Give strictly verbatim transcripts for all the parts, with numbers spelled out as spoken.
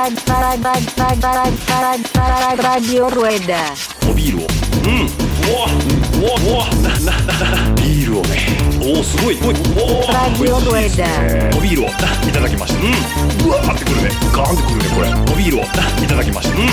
Radio Rueda。 おビールを。うん。うわ、うわ、うわ、な、な、な、ビールをね。おお、すごい。おい、おお。 Radio Rueda。 おビールをいただきました。うん。うわーってくるね。ガーンってくるね、これ。おビールをいただきました。うん。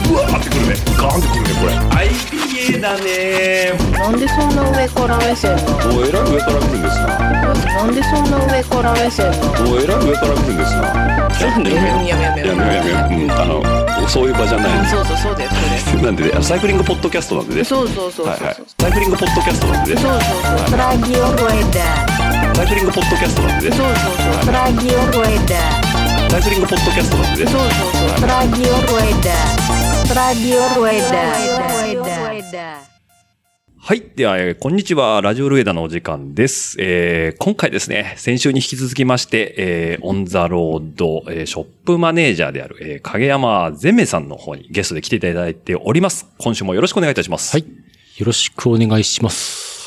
うわーってくるね。ガーンってくるね、これ。アイピーエー だね。 なんでそんな上から目線なの？ おえらい上から来るんですな。 なんでそんな上から目線なの？ おえらい上から来るんですな。 やめようやめようやめようやめようやめよう。うん、あのそういう場じゃない。 そうそうそうですそうです。 なんでね、サイクリングポッドキャストなんでね。 そうそうそうそう。 はいはい。サイクリングポッドキャストなんでね。 そうそうそう。ラジオルエダ。 サイクリングポッドキャストなんでね。 そうそうそう。ラジオルエダ。 サイクリングポッドキャストなんでね。 そうそうそう。ラジオルエダ。ラジオルエダ。 はい。では、えー、こんにちは。ラジオルエダのお時間です。えー、今回ですね、先週に引き続きまして、えー、オンザロード、えー、ショップマネージャーである、えー、影山善明さんの方にゲストで来ていただいております。今週もよろしくお願いいたします。 はい。よろしくお願いします。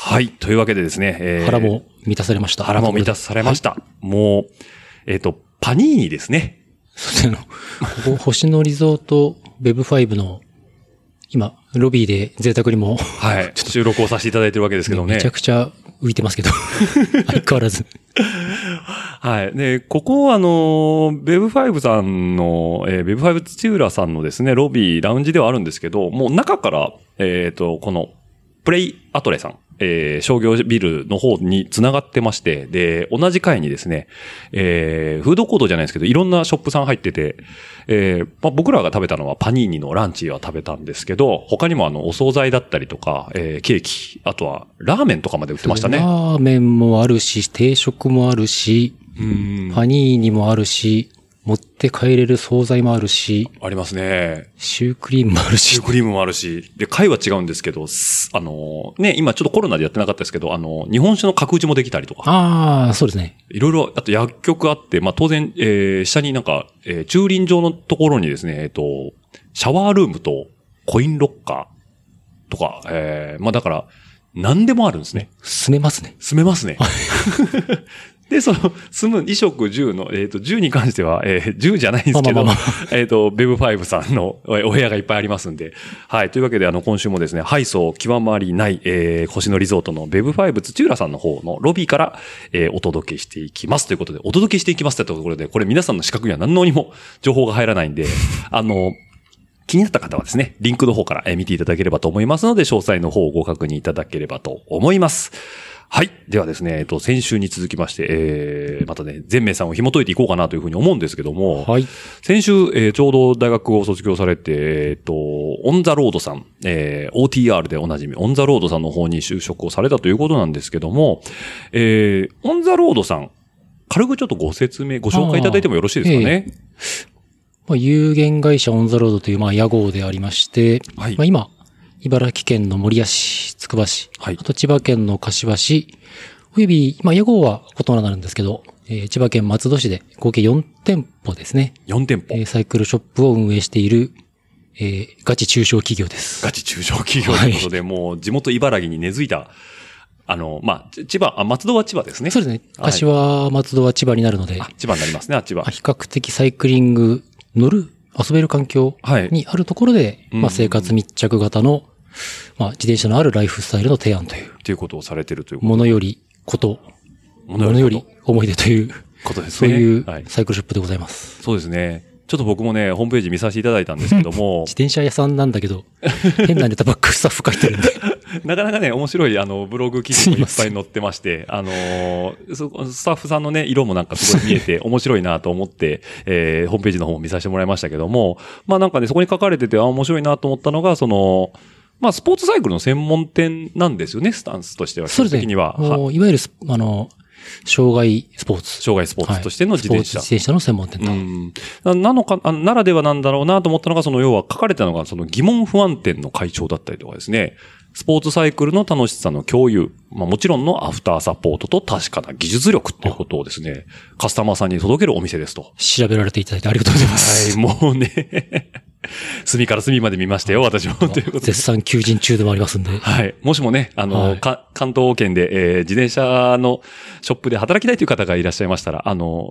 はい。というわけでですね、 えー、腹も満たされました。 腹も満たされました。はい、もう、えっ、ー、と、パニーニですね。 そうですね。ここ、星野リゾート ウェブファイブ の今、ロビーで贅沢にも。 はい。収録をさせていただいてるわけですけどね。 めちゃくちゃ浮いてますけど。相変わらず。 はい。で、ここはあの、ウェブファイブ さんの、えー、ウェブファイブ 土浦さんのですね、ロビー、ラウンジではあるんですけど、もう中から、えっと、この、プレイアトレさん、えー、商業ビルの方に繋がってまして、で、同じ階にですね、えー、フードコートじゃないですけど、いろんなショップさん入ってて、えー、まあ、僕らが食べたのはパニーニのランチは食べたんですけど、他にもあの、お惣菜だったりとか、えー、ケーキ、あとはラーメンとかまで売ってましたね。 ラーメンもあるし、定食もあるし、 うんパニーニもあるし、持って帰れる惣菜もあるし。 ありますね。 シュークリームもあるし。 シュークリームもあるし。で、貝は違うんですけど、あの、ね、今ちょっとコロナでやってなかったですけど、あの、日本酒の角打ちもできたりとか。 ああ、そうですね。 いろいろ、あと薬局あって、まあ当然、えー、下になんか、えー、駐輪場のところにですね、えっと、シャワールームとコインロッカーとか、えー、まあだから、何でもあるんですね。 住めますね。 住めますね。で、その、住むに食じゅうの、えっ、ー、と、じゅうに関しては、えー、じゅうじゃないんですけど、まあまあまあえっと、ウェブファイブさんのお部屋がいっぱいありますんで、はい。というわけで、あの、今週もですね、配送極まりない、えー、星野リゾートのウェブファイブ土浦さんの方のロビーから、えー、お届けしていきますということで、お届けしていきますというところで、これ皆さんの資格には何のにも情報が入らないんで、あの、気になった方はですね、リンクの方から見ていただければと思いますので、詳細の方をご確認いただければと思います。はい。ではですね、えっと、先週に続きまして、えー、またね、善明さんを紐解いていこうかなというふうに思うんですけども、 はい。 先週、えー、ちょうど大学を卒業されて、えっと、オンザロードさん、えー、オーティーアール でおなじみ、オンザロードさんの方に就職をされたということなんですけども、えー、オンザロードさん、軽くちょっとご説明、ご紹介いただいてもよろしいですかね。えーまあ、有限会社オンザロードという、まあ、屋号でありまして、はい。まあ、今、茨城県の守谷市、つくば市、はい。あと千葉県の柏市、および、まあ、屋号は異なるんですけど、えー、千葉県松戸市で合計よん店舗ですね。 よん店舗。 えー、サイクルショップを運営している、えー、ガチ中小企業です。 ガチ中小企業ということで、はい、もう地元茨城に根付いた、あの、まあ、千葉、あ、松戸は千葉ですね。 そうですね。柏、松戸は千葉になるので。 あ、千葉になりますね、あっちは。 比較的サイクリング、乗る、遊べる環境にあるところで、はい、まあ生活密着型の、まあ自転車のあるライフスタイルの提案という。 ということをされているということ。 ものよりこと、ものより思い出ということですね。 そういうサイクルショップでございます。 はい、そうですね。ちょっと僕もね、ホームページ見させていただいたんですけども。 自転車屋さんなんだけど、変なネタばっかりスタッフ書いてるんで。 なかなかね、面白い、あの、ブログ記事もいっぱい載ってまして、あのー、スタッフさんのね、色もなんかすごい見えて面白いなと思って、えー、ホームページの方も見させてもらいましたけども、まあなんかね、そこに書かれてて、あ、面白いなと思ったのが、その、まあ、スポーツサイクルの専門店なんですよね、スタンスとしては。基本的には。 そうですね。いわゆる、あの、障害スポーツ。 障害スポーツとしての自転車。 はい、スポーツ自転車の専門店と。 うん。なのか、ならではなんだろうなと思ったのが、その要は書かれたのが、その疑問不安店の会長だったりとかですね。スポーツサイクルの楽しさの共有。まあもちろんのアフターサポートと確かな技術力っていうことをですね、カスタマーさんに届けるお店ですと。 調べられていただいてありがとうございます。 はい、もうね。隅から隅まで見ましたよ、私も。ということで。 絶賛求人中でもありますんで。 はい。もしもね、あの、はい、か関東圏で、えー、自転車のショップで働きたいという方がいらっしゃいましたら、あの、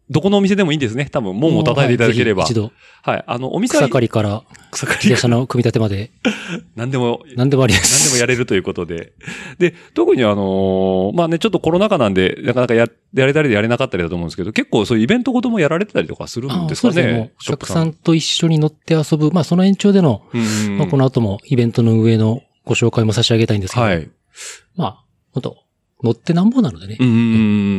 どこのお店でもいいんですね。多分、門を叩いていただければ。 はい、一度。 はい。あの、お店は。 草刈りから、 草刈り。 自転車の組み立てまで。 何でも、 何でもあります。 何でもやれるということで。で、特にあのー、まあね、ちょっとコロナ禍なんで、なかなかや、やれたりでやれなかったりだと思うんですけど、結構そういうイベントごともやられてたりとかするんですかね。そうですね。 お客さんと一緒に乗って遊ぶ。まあ、その延長での、うんまあ、この後もイベントの上のご紹介も差し上げたいんですけど。はい。まあ、本当乗ってなんぼなのでね。うん。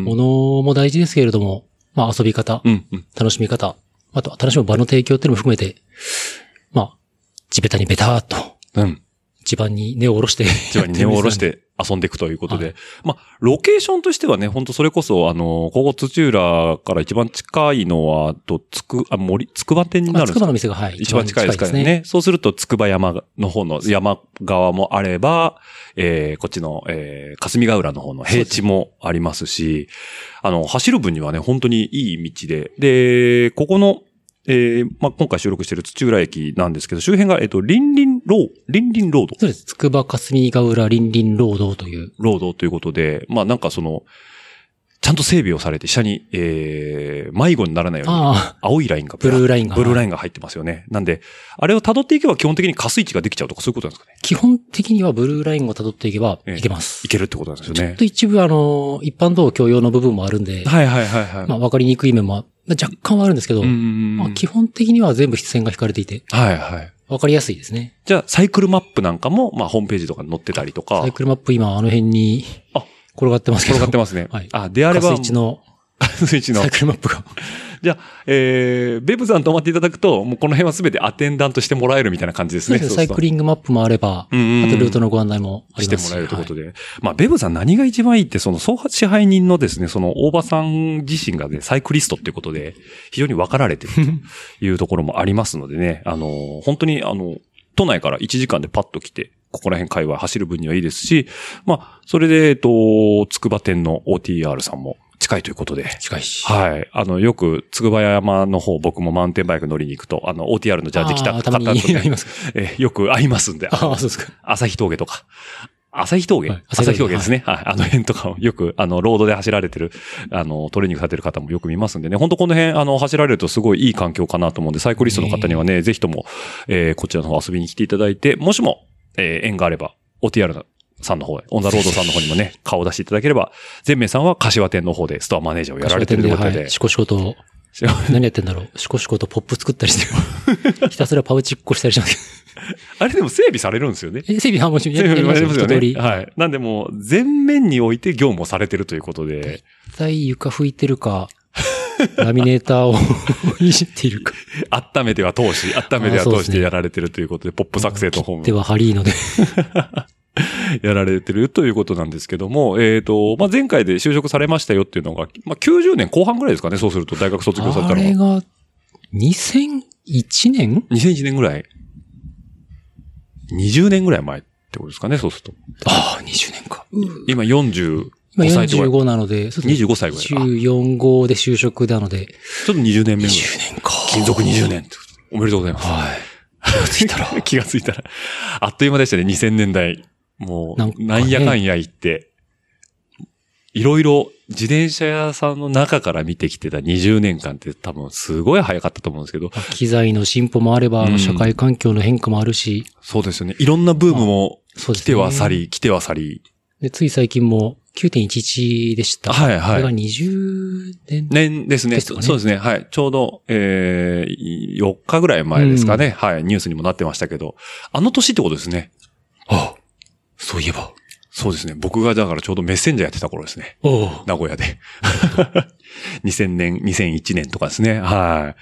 物も大事ですけれども、まあ遊び方、うんうん、楽しみ方、あとは楽しむ場の提供っていうのも含めて、まあ、地べたにベターっと、うん、地盤に根を下ろして、 地盤に根を下ろして遊んでいくということで、はい、まあ、ロケーションとしてはね、本当それこそ、あの、ここ土浦から一番近いのは、と、つく、あ、森、つくば店になるんですか？ つくばの店が、はい。 一番近いですからね。ねそうすると、つくば山の方の山側もあれば、えー、こっちの、えー、霞ヶ浦の方の平地もありますし、あの、走る分にはね、本当にいい道で、で、ここの、えー、まあ、今回収録している土浦駅なんですけど、周辺が、えっと、リンリンロー、リンリンロード。 そうです。つくば霞ヶ浦リンリンロードという。 ロードということで、まあ、なんかその、ちゃんと整備をされて、下に、えー、迷子にならないように、青いラインが、 ブルーラインが。 ブルーラインが入ってますよね。なんで、あれを辿っていけば基本的に加水池ができちゃうとかそういうことなんですかね。 基本的にはブルーラインを辿っていけば、いけます、 えー。いけるってことなんですよね。 ちょっと一部あの、一般道共用の部分もあるんで、 はいはいはいはい。 まあ、わかりにくい面も若干はあるんですけど、まあ、基本的には全部筆線が引かれていて、 はいはい。 わかりやすいですね。 じゃあ、サイクルマップなんかも、まあ、ホームページとかに載ってたりとか。 サイクルマップ今あの辺に、あ、転がってますけど。 転がってますね。 はい。 あ、であれば。 カスイチの、 カスイチの。 サイクルマップが。 じゃあ、えー、ベブさん泊まっていただくと、もうこの辺はすべてアテンダントしてもらえるみたいな感じですね。 そうです。サイクリングマップもあれば、うんうんうん、あとルートのご案内もありますし。 してもらえるということで。はい、まあ、ベブさん何が一番いいって、その、総支配人のですね、その、大場さん自身がね、サイクリストっていうことで、非常に分かられてるというところもありますのでね、あの、本当に、あの、都内からいちじかんでパッと来て、ここら辺界隈走る分にはいいですし、まあ、それで、えっと、筑波店の オーティーアール さんも近いということで。 近いし。 はい。あの、よく、筑波山の方、僕もマウンテンバイク乗りに行くと、あの、オーティーアール のジャージ着た方とね、えよく会いますんで。 ああ、そうですか。 朝日峠とか。朝日峠、はい、朝日峠ですね。はい。はい、あの辺とかをよく、あの、ロードで走られてる、あの、トレーニングされてる方もよく見ますんでね。本当この辺、あの、走られるとすごいいい環境かなと思うんで、サイクリストの方にはね、ぜひとも、えー、こちらの方遊びに来ていただいて、もしも、えー、縁があれば、オーティーアール さんの方へ、オンザロードさんの方にもね、顔を出していただければ、全名さんは柏店の方でストアマネージャーをやられてるということで。 はい、シコシコと、何やってんだろう。シコシコとポップ作ったりしてる。ひたすらパウチっこしたりしますけど。あれでも整備されるんですよね。 え、整備はもちろんやりますよね。 一通り。 はい。なんでもう、全面において業務をされてるということで。 大体床拭いてるか、ラミネーターをいじっているか。 温めては通し、温めては通してやられてるということで、ポップ作成とホーム。 切ってはハリーので。 やられてるということなんですけども、えっと、まあ、前回で就職されましたよっていうのが、まあ、きゅうじゅうねんこう半ぐらいですかね、そうすると大学卒業されたのは。 あれが、にせんいちねん ? にせんいちねんぐらい。にじゅうねんぐらい前ってことですかね、そうすると。 ああ、にじゅうねんか。 今よんじゅうごさいとか。今よんじゅうごなので、 にじゅうごさいぐらい。 じゅうよん号で就職なので。 ちょっとにじゅうねんめぐらい。 にじゅうねんか。 勤続にじゅうねん。おめでとうございます。 はい。気がついたら。 気がついたら。あっという間でしたね、にせんねんだい。もう、なんやかんや言って、いろいろ自転車屋さんの中から見てきてたにじゅうねんかんって多分すごい早かったと思うんですけど。 機材の進歩もあれば、うん、社会環境の変化もあるし。 そうですよね。いろんなブームも来ては去り、ね、来ては去り。 で、つい最近も きゅうてんいちいち でした。 はいはい。これがにじゅうねん。 年ですね。そうですね。はい。ちょうど、えー、よっかぐらい前ですかね、うん。はい。ニュースにもなってましたけど。あの年ってことですね。 ああ。そういえば。 そうですね。僕がだからちょうどメッセンジャーやってた頃ですね。名古屋で。にせんねん、にせんいちねんとかですね。はい。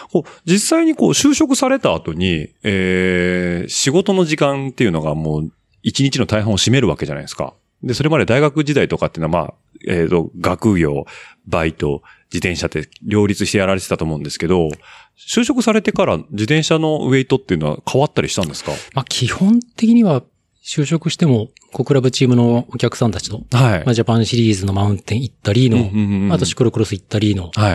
こう実際にこう就職された後に、えー、仕事の時間っていうのがもう一日の大半を占めるわけじゃないですか。で、それまで大学時代とかっていうのはまあ、えっと、学業、バイト、自転車って両立してやられてたと思うんですけど、就職されてから自転車のウェイトっていうのは変わったりしたんですか？ まあ基本的には就職しても、コクラブチームのお客さんたちと、はい。まあ、ジャパンシリーズのマウンテン行ったりの、うんうんうん、あとシクロクロス行ったりの、はい。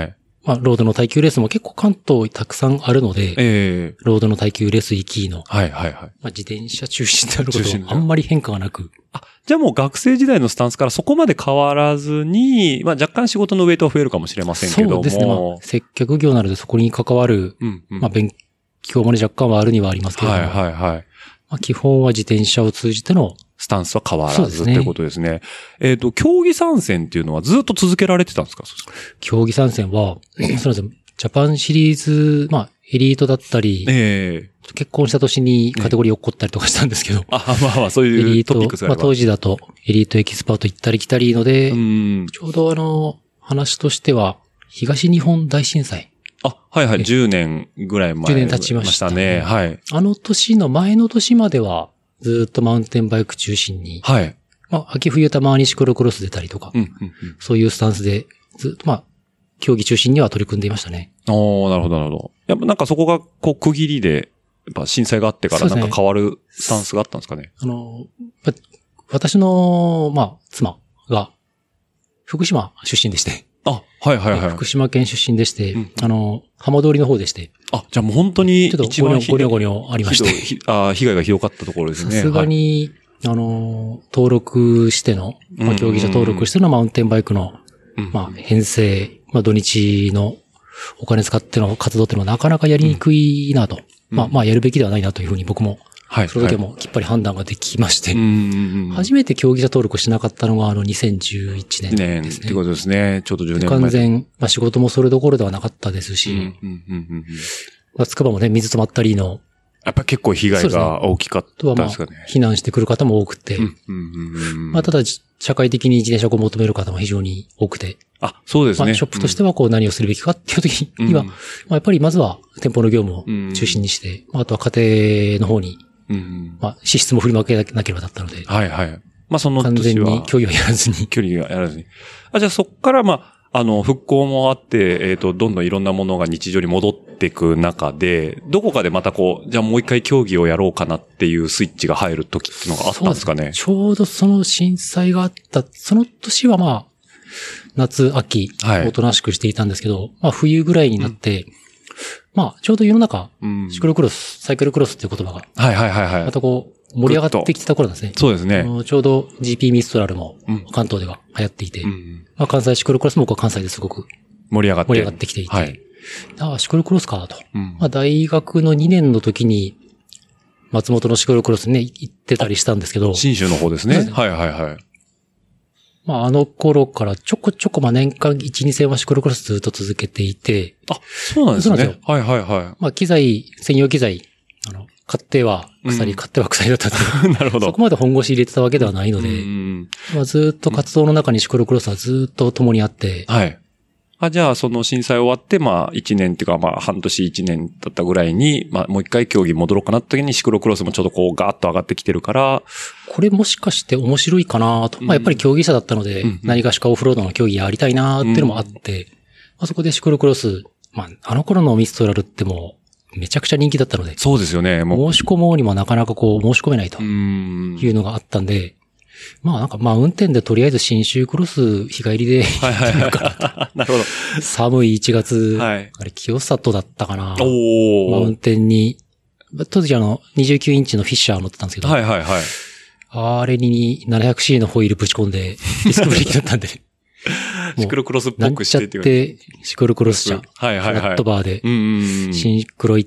まあ、ロードの耐久レースも結構関東たくさんあるので、 ええロードの耐久レース行きの、 はいはいはい。 まあ、自転車中心であるこ中心でとあんまり変化がなく。 あ、じゃあもう学生時代のスタンスからそこまで変わらずに、まあ若干仕事のウェイトは増えるかもしれませんけども。 そうですね。まあ、接客業なのでそこに関わる、 うんうん、 まあ勉強もね若干はあるにはありますけれども。 はいはいはい。 まあ、基本は自転車を通じてのスタンスは変わらず、 ね、 ということですね。えっ、ー、と、競技参戦っていうのはずっと続けられてたんですか？ 競技参戦は、そうなんですよ。ジャパンシリーズ、まあ、エリートだったり、えー、結婚した年にカテゴリー落っこったりとかしたんですけど。ね、 あ、まあまあ、そういうトピックスがあれば。 まあ当時だとエリートエキスパート行ったり来たりので、うんちょうどあの、話としては、東日本大震災。 あ、はいはい、じゅうねんぐらい前。 じゅうねん経ちましたね。 はい。 あの年の前の年までは、ずっとマウンテンバイク中心に。 はい。 まあ、秋冬たまにシクロクロス出たりとか、うんうんうん、そういうスタンスで、ずっとまあ、競技中心には取り組んでいましたね。 おー、なるほどなるほど。やっぱなんかそこが、こう、区切りで、やっぱ震災があってからなんか変わるスタンスがあったんですかね。 あの、私の、まあ、妻が、福島出身でして。 あ、はいはいはい。 福島県出身でして、うん、あの、浜通りの方でして。 あ、じゃあもう本当にちょっとゴニョゴニョゴニョありまして。 あ被害がひどかったところですね。 さすがに、はい、あの、登録しての、まあ、競技者登録してのマウンテンバイクの、うんうん、まあ、編成、まあ、土日のお金使っての活動っていうのはなかなかやりにくいなと。うん、まあ、まあ、やるべきではないなというふうに僕も、はい。その時はもうきっぱり判断ができまして。はい、初めて競技者登録しなかったのがあのにせんじゅういちねんですね。 年ってことですね。ちょうどじゅうねんまえ。 完全、まあ、仕事もそれどころではなかったですし、まあ、筑波もね、水止まったりの、 やっぱ結構被害が大きかったですかね。 まあ、避難してくる方も多くて、まあ、ただ、社会的に自転車を求める方も非常に多くて。 あ、そうですね。 まあ、ショップとしてはこう何をするべきかっていう時には、うん、まあ、やっぱりまずは店舗の業務を中心にして、うん、あとは家庭の方に、うん、まあ、支出も振り分けなければだったので。 はいはい。まあ、その完全に距離はやらずに。 距離はやらずに。あ、じゃあそっからまあ、あの、復興もあって、えっと、どんどんいろんなものが日常に戻っていく中で、どこかでまたこう、じゃあもう一回競技をやろうかなっていうスイッチが入る時っていうのがあったんですかね。 ちょうどその震災があった、その年はまあ、夏、秋、おとなしくしていたんですけど、はい、まあ冬ぐらいになって、うん、まあちょうど世の中、うん、シクロクロス、サイクルクロスっていう言葉が、 はいはいはいはい。 またこう、盛り上がってきてた頃なんですね。 そうですね。 ちょうど ジーピー ミストラルも関東では流行っていて、うん、まあ、関西シクロクロスも僕は関西ですごく盛り上がって盛り上がってきていて、 はい、 ああ、シクロクロスかと、うん。まあ、大学のにねんの時に松本のシクロクロスにね、行ってたりしたんですけど。 信州の方ですね。はいはいはい。 まあ、あの頃からちょこちょこ、まあ、年間いち、にせんはシクロクロスずっと続けていて。 あ、そうなんですね。そうなんですよ。はいはいはい。 まあ、機材、専用機材、あの、買っては鎖、うん、買っては鎖だったんで。 なるほど。 そこまで本腰入れてたわけではないので、うんまあ、ずっと活動の中にシクロクロスはずっと共にあって。 はい。あ、じゃあ、その震災終わって、まあ、一年っていうか、まあ、半年一年だったぐらいに、まあ、もう一回競技戻ろうかなって時にシクロクロスもちょっとこう、ガーッと上がってきてるから、 これもしかして面白いかなと。うん、まあ、やっぱり競技者だったので、うん、何かしかオフロードの競技やりたいなっていうのもあって、うん、まあ、そこでシクロクロス、まあ、あの頃のミストラルってもう、めちゃくちゃ人気だったので。 そうですよね。 もう申し込もうにもなかなかこう申し込めないというのがあったんで、まあなんかまあ運転でとりあえず新州クロス日帰りで。 はいはいはい。なるほど。 寒いいちがつ、はい、あれ清里だったかな。 おまあ運転に、当時あのにじゅうきゅうインチのフィッシャー乗ってたんですけど。 はいはいはい。 あれに ななひゃくシー のホイールぶち込んで、ディスクブレーキだったんで。 シクロクロスっぽくしてっていうか。なんちゃって、シクロクロス車。 はいはいはい。 フラットバーで、シンクロ行って、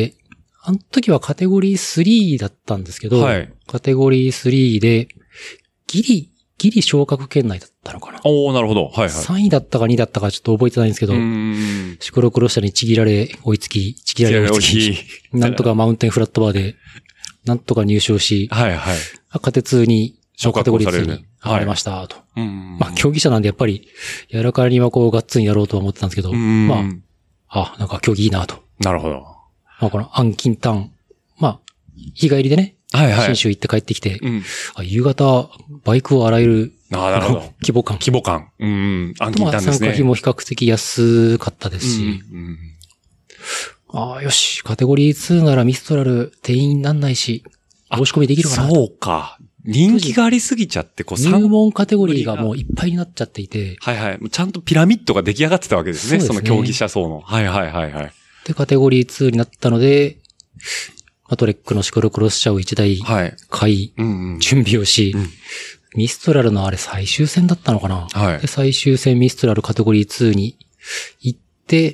あの時はカテゴリースリーだったんですけど、はい、カテゴリースリーで、ギリ、ギリ昇格圏内だったのかな。 おー、なるほど。はいはい。 さんいだったかにだったかちょっと覚えてないんですけど、シクロクロス車にちぎられ、追いつき、ちぎられ、追いつき、なんとかマウンテンフラットバーで、なんとか入賞し、 はいはい。 カテツーに、カテゴリーツーに上がりましたと。はい、まあ、競技者なんでやっぱり、やらかにはこう、ガッツンやろうとは思ってたんですけど、まあ、あ、なんか競技いいなと。 なるほど。 まあ、この暗金炭、まあ、日帰りでね、はいはい。新州行って帰ってきて、うん、あ夕方、バイクを洗える。 ああ、なるほど。 規模感。 規模感。うん。暗金炭ですね。 参加費も比較的安かったですし、うんうん、ああ、よし、カテゴリーツーならミストラル定員になんないし、申し込みできるかな。 そうか。 人気がありすぎちゃって、こう、 入門カテゴリーがもういっぱいになっちゃっていて。 はいはい。ちゃんとピラミッドが出来上がってたわけですね。その競技者層の。はいはいはいはい。 で、カテゴリーツーになったので、トレックのシクロクロス車を一台買い、準備をし、うんうん、ミストラルのあれ最終戦だったのかな、はい、で最終戦ミストラルカテゴリーツーに行って、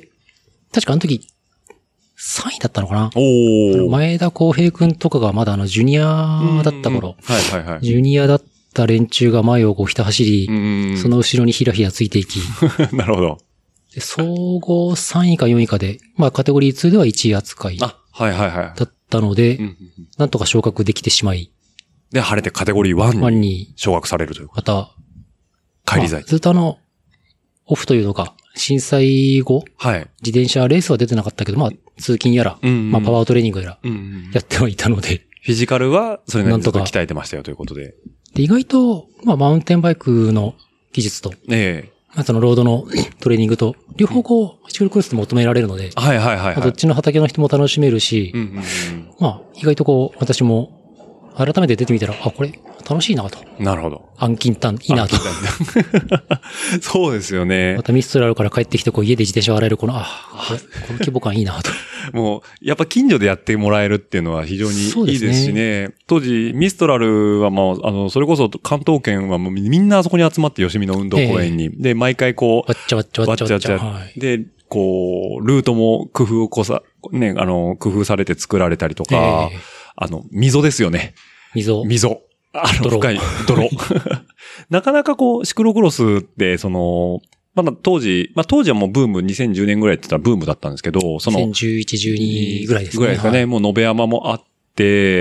確かあの時さんいだったのかな。お前田康平くんとかがまだあのジュニアだった頃、はいはいはい、ジュニアだった連中が前をこうひた走り、その後ろにひらひらついていき。 なるほど。 で総合さんいかよんいかで、まあカテゴリーツーではいちい扱い。あ、はいはいはい。だったので、なんとか昇格できてしまい。 で、晴れてカテゴリーワンに昇格されるという。 また、 帰り咲い、 まあ。ずっとあの、オフというのか、震災後、はい、自転車レースは出てなかったけど、まあ、通勤やら、うんうん、まあ、パワートレーニングやら、やってはいたので。 フィジカルは、それなりにずっと鍛えてましたよということで。 で、意外と、まあ、マウンテンバイクの技術と、ええまあ、そのロードのトレーニングと、両方こう、シクロクロスで求められるので、はいはいはい、はいまあ、どっちの畑の人も楽しめるし、うんうんうん、まあ、意外とこう、私も、改めて出てみたら、あ、これ、楽しいなと。 なるほど。 暗金炭、いいなと。 そうですよね。 またミストラルから帰ってきて、こう、家で自転車を洗える、この、あ、これ、この規模感いいなと。 もう、やっぱ近所でやってもらえるっていうのは非常にいいですしね。ね当時、ミストラルはもう、あの、それこそ関東圏はもうみんなあそこに集まって吉見の運動公園に。えー、で、毎回こう、 わっちゃわっちゃわっちゃわっちゃ。はい、 で、こう、ルートも工夫をこさ、ね、あの、工夫されて作られたりとか、えー、あの、溝ですよね。 溝。 溝。あの、深い泥。なかなかこう、シクロクロスって、その、まだ当時、まあ当時はもうブームにせんじゅうねんぐらいって言ったらブームだったんですけど、その。 にせんじゅういち、じゅうにぐらいですね。 ぐらいですかね。はい、もう延山もあって、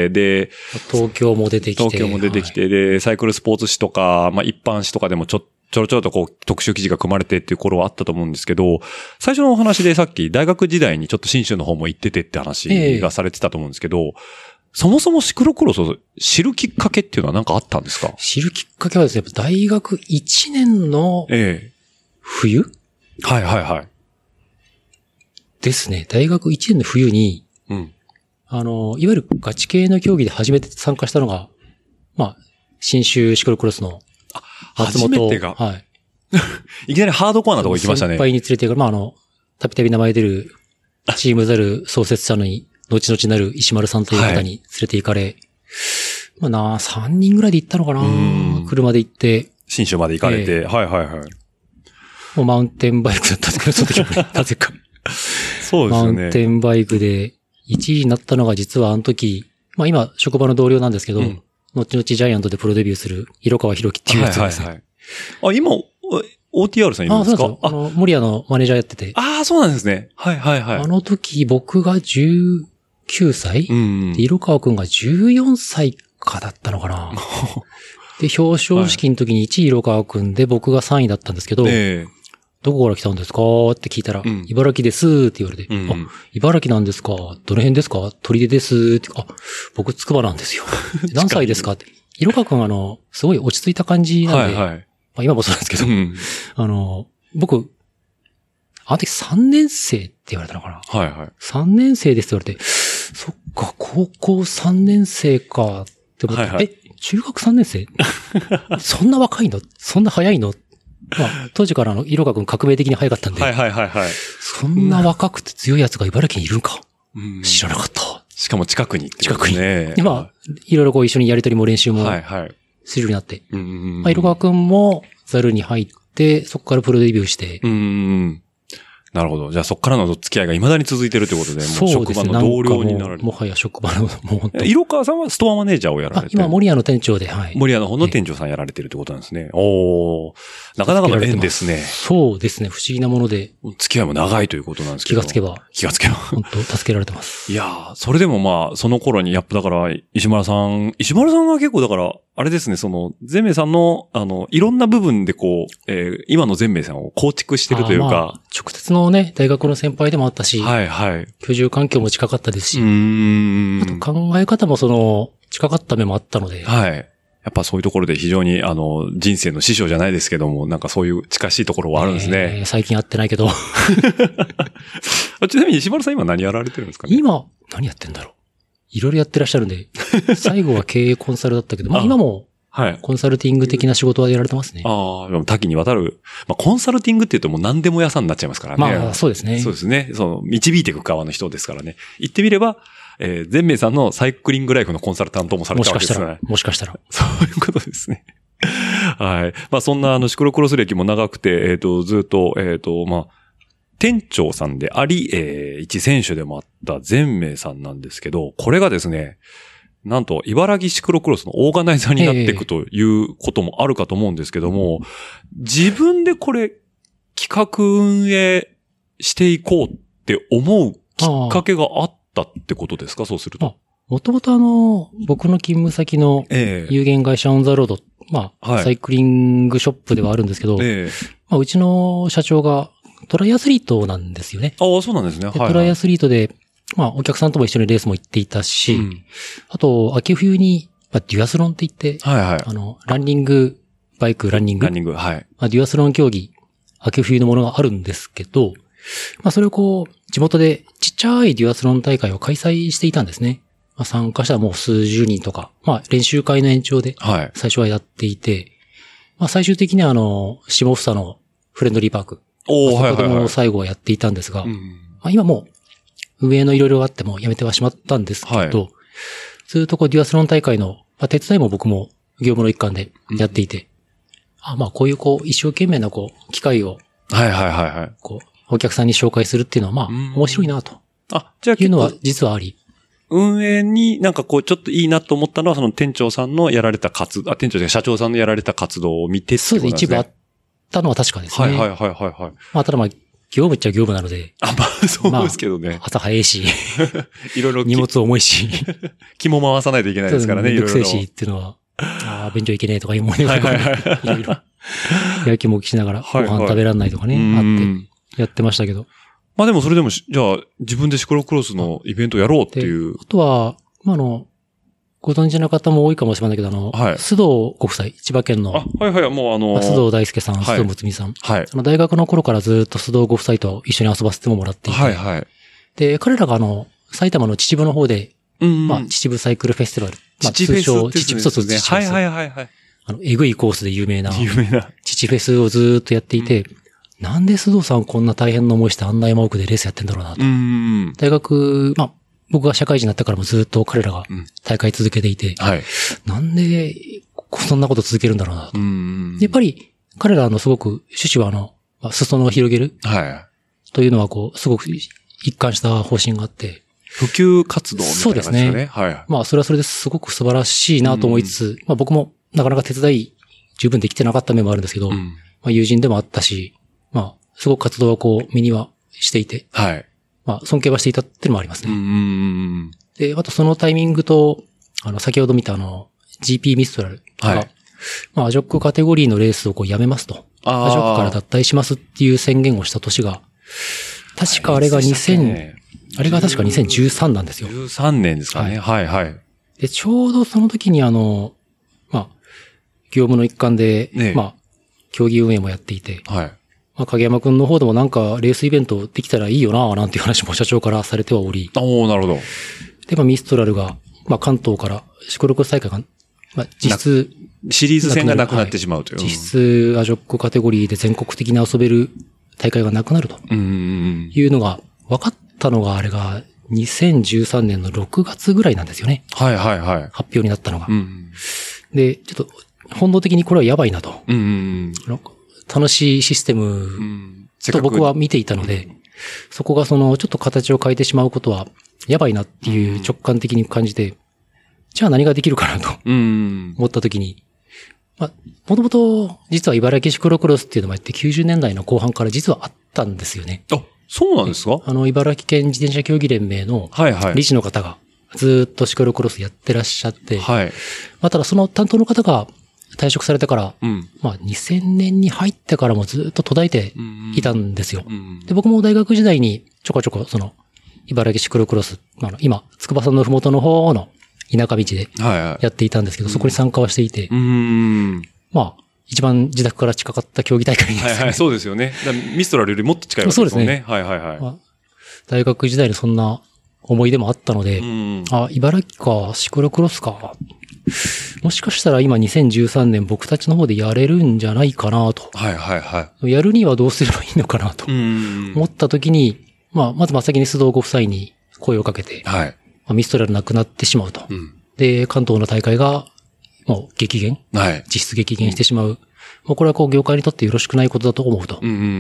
で、 東京も出てきて。 東京も出てきて、はい、で、サイクルスポーツ誌とか、まあ一般誌とかでもちょっと、ちょろちょろとこう特集記事が組まれてっていう頃はあったと思うんですけど、最初のお話でさっき大学時代にちょっと新州の方も行っててって話がされてたと思うんですけど、えーそもそもシクロクロスを知るきっかけっていうのは何かあったんですか？ 知るきっかけはですね、大学いちねんの冬、ええ、はいはいはい。 ですね。大学いちねんの冬に、うん、あの、いわゆるガチ系の競技で初めて参加したのが、まあ、新州シクロクロスの松本。 初めてが。はい。いきなりハードコアなとこ行きましたね。 先輩に連れて行く、まああの、たびたび名前出るチームザル創設者のに、後々なる石丸さんという方に連れて行かれ、はい、まあな、さんにんぐらいで行ったのかな、車で行って。 新州まで行かれて、えー、はいはいはい。 もうマウンテンバイクだったんですけど、その時はね、なぜか。 そうですよね。 マウンテンバイクでいちいになったのが実はあの時、まあ今、職場の同僚なんですけど、うん、後々ジャイアントでプロデビューする色川博樹っていうやつですね。はいはいはい。あ、今、オーティーアール さんいるんですか？あ、 そうですよ。あの、森谷のマネージャーやってて。 ああ、そうなんですね。はいはいはい。 あの時僕がじゅうきゅうさい、うん、で色川くんがじゅうよんさいかだったのかなで、表彰式の時にいちい色川くんで僕がさんいだったんですけど、えー、どこから来たんですかって聞いたら、うん、茨城ですって言われて、うんうん、あ、茨城なんですかどの辺ですか砦ですって、あ、僕筑波なんですよ。何歳ですかって。色川くんあの、すごい落ち着いた感じなんで、はいはい、まあ、今もそうなんですけど、うん、あの、僕、あの時さんねん生って言われたのかなはいはい。さんねん生ですって言われて、そっか、高校さんねん生かって思って、はいはい、え、中学さんねん生そんな若いのそんな早いのまあ、当時からあの、色川くん革命的に早かったんで、はいはいはいはい。そんな若くて強い奴が茨城にいるんか、うん、知らなかった。 しかも近くに、ね。 近くに。で、まあ、いろいろこう一緒にやりとりも練習も、はいはい。するようになって、うんうんうんまあ、色川くんもザルに入って、そこからプロデビューして、うんうんなるほど。じゃあそこからの付き合いが未だに続いてるということで、もう職場の同僚になられる。 もはや職場の、もう本当色川さんはストアマネージャーをやられてる。 今、森屋の店長で、はい。 森屋の方の店長さんやられてるってことなんですね。おー。なかなかの縁ですね。 そうですね。不思議なもので。 付き合いも長いということなんですけど。 気がつけば。 気がつけば。 本当助けられてます。 いやー、それでもまあ、その頃に、やっぱだから、石丸さん、石丸さんが結構だから、あれですね、その、全明さんの、あの、いろんな部分でこう、えー、今の全明さんを構築してるというか、まあ、 直接のね、大学の先輩でもあったし、 はいはい。 居住環境も近かったですし、 うーんあと考え方もその、近かった面もあったので、 はい。やっぱそういうところで非常に、あの、人生の師匠じゃないですけども、なんかそういう近しいところはあるんですね。 えー、最近会ってないけど。 ちなみに石丸さん今何やられてるんですかね？ 今、何やってんだろう。 いろいろやってらっしゃるんで、最後は経営コンサルだったけど、まあ今も、はい。コンサルティング的な仕事はやられてますね。 ああ、でも多岐にわたる。まあコンサルティングって言うともう何でも屋さんになっちゃいますからね。 まあそうですね。 そうですね。その、導いていく側の人ですからね。言ってみれば、えー、全明さんのサイクリングライフのコンサルタントもされたわけですね。 もしかしたら。もしかしたら。 そういうことですね。はい。まあそんなあのシクロクロス歴も長くて、えっと、ずっと、えっと、まあ、店長さんであり、えー、一選手でもあった全明さんなんですけど、これがですね、なんと、茨城シクロクロスのオーガナイザーになっていくということもあるかと思うんですけども、自分でこれ、企画運営していこうって思うきっかけがあったってことですか？そうすると。 もともとあの、僕の勤務先の有限会社オンザロード、まあ、はい、サイクリングショップではあるんですけど、えーまあ、うちの社長がトライアスリートなんですよね。 ああ、そうなんですね。はいはい、 トライアスリートで、まあ、お客さんとも一緒にレースも行っていたし、うん、あと、秋冬に、まあ、デュアスロンって言って、はいはい、あの、ランニング、バイク、ランニング。 ランニング、はい。 まあ、デュアスロン競技、秋冬のものがあるんですけど、まあ、それをこう、地元でちっちゃいデュアスロン大会を開催していたんですね。まあ、参加したらもう数十人とか、まあ、練習会の延長で、最初はやっていて、はい、まあ、最終的にはあの、下房のフレンドリーパーク。おー、はいはいはい。そこでも最後はやっていたんですが、うん、まあ、今もう、運営のいろいろあってもやめてはしまったんですけど、はい、ずっとこうデュアスロン大会の、まあ、手伝いも僕も業務の一環でやっていて、うん、あまあこういうこう一生懸命なこう機会を、 はいはいはいはい。 こうお客さんに紹介するっていうのはまあ面白いなと。あ、じゃあいうのは実はあり。 運営になんかこうちょっといいなと思ったのはその店長さんのやられた活動、あ、店長じゃない社長さんのやられた活動を見てってことなんですね。 そうです。一部あったのは確かですね。 はいはいはいはいはい。 まあただまあ業務っちゃ業務なので。 あ、まあそうですけどね。まあ、 朝早いし。 いろいろ。 荷物重いし。 気も回さないといけないですからね、いろいろ。 めんどくせえしっていうのは、ああ、便所行けねえとかいうもんね。はいはいはい。いろいろ。やきもきしながらご飯食べらんないとかね、はいはい、あってやってましたけど。 まあでもそれでも、じゃあ自分でシクロクロスのイベントやろうっていう。 あとは、まああの、ご存知の方も多いかもしれないけど、あの、はい、須藤ご夫妻、千葉県の。 あ、はいはい、もうあのー、 須藤大輔さん、須藤睦美さん。はい。その大学の頃からずっと須藤ご夫妻と一緒に遊ばせてもらっていて。はいはい。で、彼らがあの、埼玉の秩父の方で、うんうん、まあ、秩父サイクルフェスティバル。まあ、 秩父フェス秩父、そうそう、秩父フェス。 はいはいはいはい。 あの、えぐいコースで有名な。 有名な。 秩父フェスをずっとやっていて、うん、なんで須藤さんこんな大変な思いしてあんな山奥でレースやってんだろうなと。うん。大学、まあ、僕が社会人になったからもずっと彼らが大会続けていて、うん、はい。なんで、そんなこと続けるんだろうなと。うん。やっぱり、彼らのすごく趣旨はあの、裾野を広げる。はい。というのはこう、すごく一貫した方針があって。 普及活動みたいな感じですね。そうですね。はい。 まあ、それはそれですごく素晴らしいなと思いつつ、うん、まあ僕もなかなか手伝い十分できてなかった面もあるんですけど、うん、まあ友人でもあったし、まあ、すごく活動はこう、身にはしていて。はい。まあ、尊敬はしていたっていうのもありますね。うん。で、あとそのタイミングと、あの、先ほど見たあの、ジーピー ミストラルが、はい、まあ、アジョックカテゴリーのレースをこうやめますと。アジョックから脱退しますっていう宣言をした年が、確かあれがにせん、あれが確かにせんじゅうさんなんですよ。 じゅうさんねんですかね。はい、はい、はい。 で、ちょうどその時にあの、まあ、業務の一環で、ね、まあ、競技運営もやっていて、はい。まあ、影山くんの方でもなんかレースイベントできたらいいよななんていう話も社長からされてはおり。 おー、なるほど。 で、まあ、ミストラルが、まあ、関東からシクロクロス大会が、まあ、実質、 シリーズ戦がなくなってしまうという。 はい、実質アジョックカテゴリーで全国的に遊べる大会がなくなると。いうのが分かったのがあれがにせんじゅうさんねんのろくがつぐらいなんですよね。はいはいはい。発表になったのが。うん、で、ちょっと本能的にこれはやばいなと。うん、楽しいシステムと僕は見ていたので、うん、そこがそのちょっと形を変えてしまうことはやばいなっていう直感的に感じて、じゃあ何ができるかなと思った時に、まあ、もともと実は茨城シクロクロスっていうのもやってきゅうじゅうねんだいの後半から実はあったんですよね。 あ、そうなんですか？ あの、茨城県自転車競技連盟の理事の方がずっとシクロクロスやってらっしゃって、はい。まあ、ただその担当の方が退職されてから、うん、まあにせんねんに入ってからもずっと途絶えていたんですよ。うんうん、で、僕も大学時代にちょこちょこその茨城シクロクロス、あの今、筑波山のふもとの方の田舎道でやっていたんですけど、はいはい、そこに参加はしていて、うん、まあ、一番自宅から近かった競技大会ですね。 はいはい、そうですよね。ミストラルよりもっと近いわけですもんね。そうですね。はいはいはい。まあ、 大学時代にそんな思い出もあったので、 うん、 あ、茨城か、シクロクロスか。もしかしたら今にせんじゅうさんねん僕たちの方でやれるんじゃないかなと。 はいはいはい。 やるにはどうすればいいのかなと。思った時に、まあ、まず真っ先に須藤ご夫妻に声をかけて、はい。まあ、ミストラルなくなってしまうと。うん、で、関東の大会が、もう激減。はい。実質激減してしまう。うん、もうこれはこう業界にとってよろしくないことだと思うと。うんうんうん、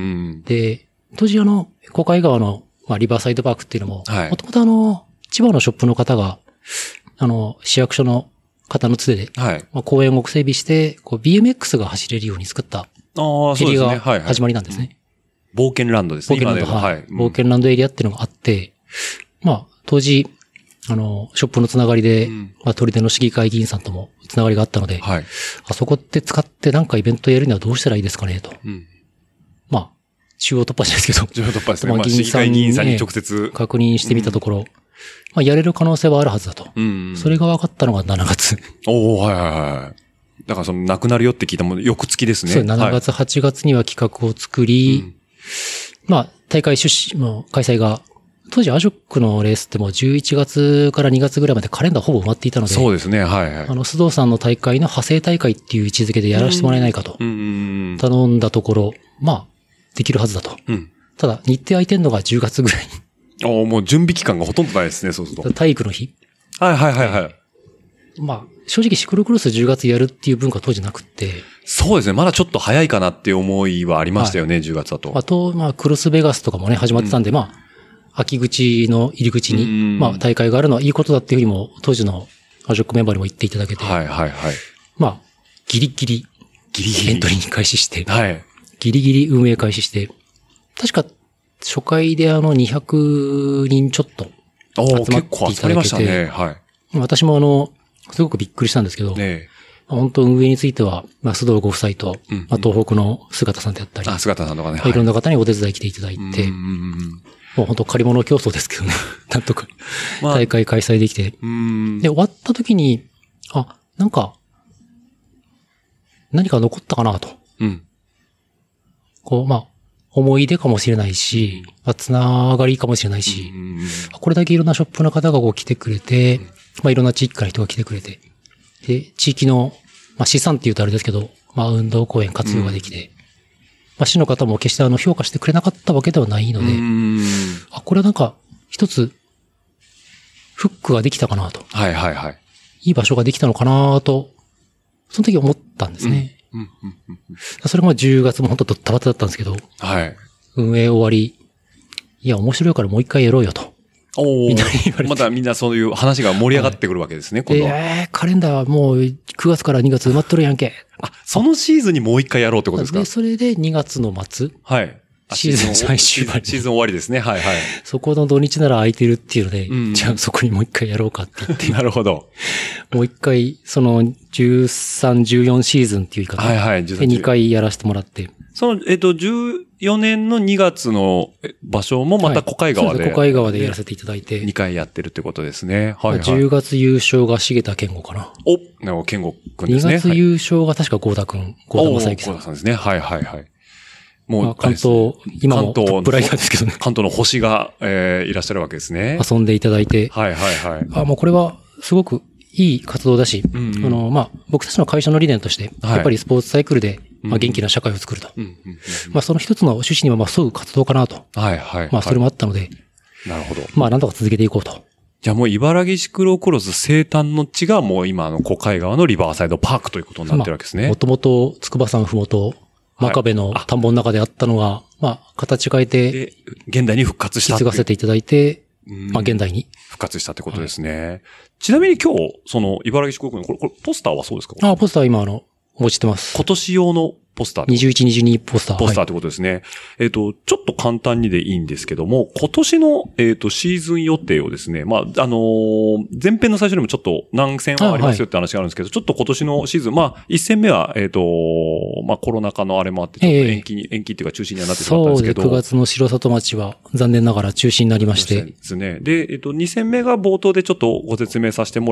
で、当時あの、小海川の、まあ、リバーサイドパークっていうのも、はい。もともとあの、千葉のショップの方が、あの、市役所の方のつてで、はい。まあ、公園を整備して、こう ビーエムエックス が走れるように作った、ああ、そうですね。が始まりなんですね。はいはい、 冒険ランドですね。 冒険ランド、はい。冒険ランドエリアっていうのがあって、まあ、当時、あの、ショップのつながりで、うん、まあ、取り手の市議会議員さんともつながりがあったので、はい。あそこって使ってなんかイベントやるにはどうしたらいいですかね、と。うん。まあ、中央突破じゃないですけど。 中央突破ですね。まあ、市議会議員さんに直接。 確認してみたところ、うん、まあ、やれる可能性はあるはずだと。うん。それが分かったのがしちがつ。 おー、はいはいはい。だからその、なくなるよって聞いたもの、翌月ですね。 そう、しちがつ、はちがつには企画を作り、うん、まあ、大会出資の開催が、当時アジョックのレースってもうじゅういちがつからにがつぐらいまでカレンダーほぼ埋まっていたので。 そうですね、はい、はい。 あの、須藤さんの大会の派生大会っていう位置づけでやらせてもらえないかと。頼んだところ、まあ、できるはずだと。うん、ただ、日程空いてんのがじゅうがつぐらいに。 おもう準備期間がほとんどないですね、そうすると。 体育の日。 はいはいはいはい。 まあ、正直シクロクロスじゅうがつやるっていう文化は当時なくって。 そうですね。まだちょっと早いかなっていう思いはありましたよね、はい、じゅうがつだと。 あと、まあ、クロスベガスとかもね、始まってたんで、うん、まあ、秋口の入り口に、まあ、大会があるのはいいことだっていうふうにも、当時のアジョックメンバーにも言っていただけて。はいはいはい。まあ、ギリギリ、ギリギリエントリーに開始して。はい。ギリギリ運営開始して。確か、初回であの、にひゃくにんちょっと集まっていただけて。結構集まりましたね。はい。私もあの、すごくびっくりしたんですけど、ね、本当運営については、まあ、須藤ご夫妻と、うんうん、まあ、東北の姿さんであったり。 あ、姿さんとかね。 はい、いろんな方にお手伝い来ていただいて、うんうんうん、もう本当借り物競争ですけどね。なんとか、大会開催できて、まあ。で、終わった時に、あ、なんか、何か残ったかなと。うん、こう、まあ、思い出かもしれないし、まあ、つながりかもしれないし、うんうんうん、これだけいろんなショップの方がこう来てくれて、うんまあいろんな地域から人が来てくれて、で、地域の、まあ資産って言うとあれですけど、まあ運動公園活用ができて、うん、まあ市の方も決してあの評価してくれなかったわけではないので、あ、これはなんか一つ、フックができたかなと。はいはいはい。いい場所ができたのかなと、その時思ったんですね。うんうんうんうん、それもじゅうがつも本当ドッタバタだったんですけど、はい。運営終わり、いや面白いからもう一回やろうよと。 おみんなに言われて。またみんなそういう話が盛り上がってくるわけですね、はい、今度は。 えー、カレンダーはもうくがつからにがつ埋まっとるやんけ。 あ、そのシーズンにもう一回やろうってことですか？ で、それでにがつの末。はい。シーズン最終盤。シーズン終わりですね。はいはい。 そこの土日なら空いてるっていうので、うん、じゃあそこにもう一回やろうかって言って。 なるほど。 もう一回、そのじゅうさん、じゅうよんシーズンっていう言い方。はいはい。で、にかいやらせてもらって。 その、えっと、じゅうよねんのにがつの場所もまた小海川で、はい、 小海川でやらせていただいて。 にかいやってるってことですね。はい、はい。 じゅうがつ優勝が重田健吾かな。 お、なお、健吾くんですね。 にがつ優勝が確か郷田くん、郷田正幸さん。 郷田さんですね。はいはいはい。 もう、まあ、関東、今もトップライダーですけどね。 関東の星が、えー、いらっしゃるわけですね。 遊んでいただいて。 はいはいはい。 あ、もうこれはすごくいい活動だし、うんうん、あの、まあ、僕たちの会社の理念として、はい、やっぱりスポーツサイクルで、まあ、元気な社会を作ると。うんうんうんうん、まあ、その一つの趣旨には、まあ、沿う活動かなと。はいはい。まあ、それもあったので。 なるほど。 まあ、なんとか続けていこうと。 じゃあもう、茨城シクロクロス生誕の地が、もう今、あの、小海川のリバーサイドパークということになってるわけですね。 もともと、筑波山ふもと、真壁の田んぼの中であったのが、はい、まあ、形変えて、で、 現代に復活した引き継がせていただいて、まあ、現代に。 復活したってことですね。はい、ちなみに今日、その、茨城四国の、これ、これ、ポスターはそうですか？ ああ、ポスター今、あの、お持ちしてます。 今年用のポスター。 にじゅういち、にじゅうにポスター。 ポスターってことですね。はい、えっと、ちょっと簡単にでいいんですけども、今年の、えっと、シーズン予定をですね、まあ、あのー、前編の最初にもちょっと何戦はありますよって話があるんですけど、はい、ちょっと今年のシーズン、まあ、一戦目は、えっと、まあ、コロナ禍のあれもあって、ちょっと延期に、えー、延期っていうか中止にはなってしまったんですけど。 そうです。くがつの城里町は残念ながら中止になりまして。 ですね。で、えっと、二戦目が冒頭でちょっとご説明させてもらって、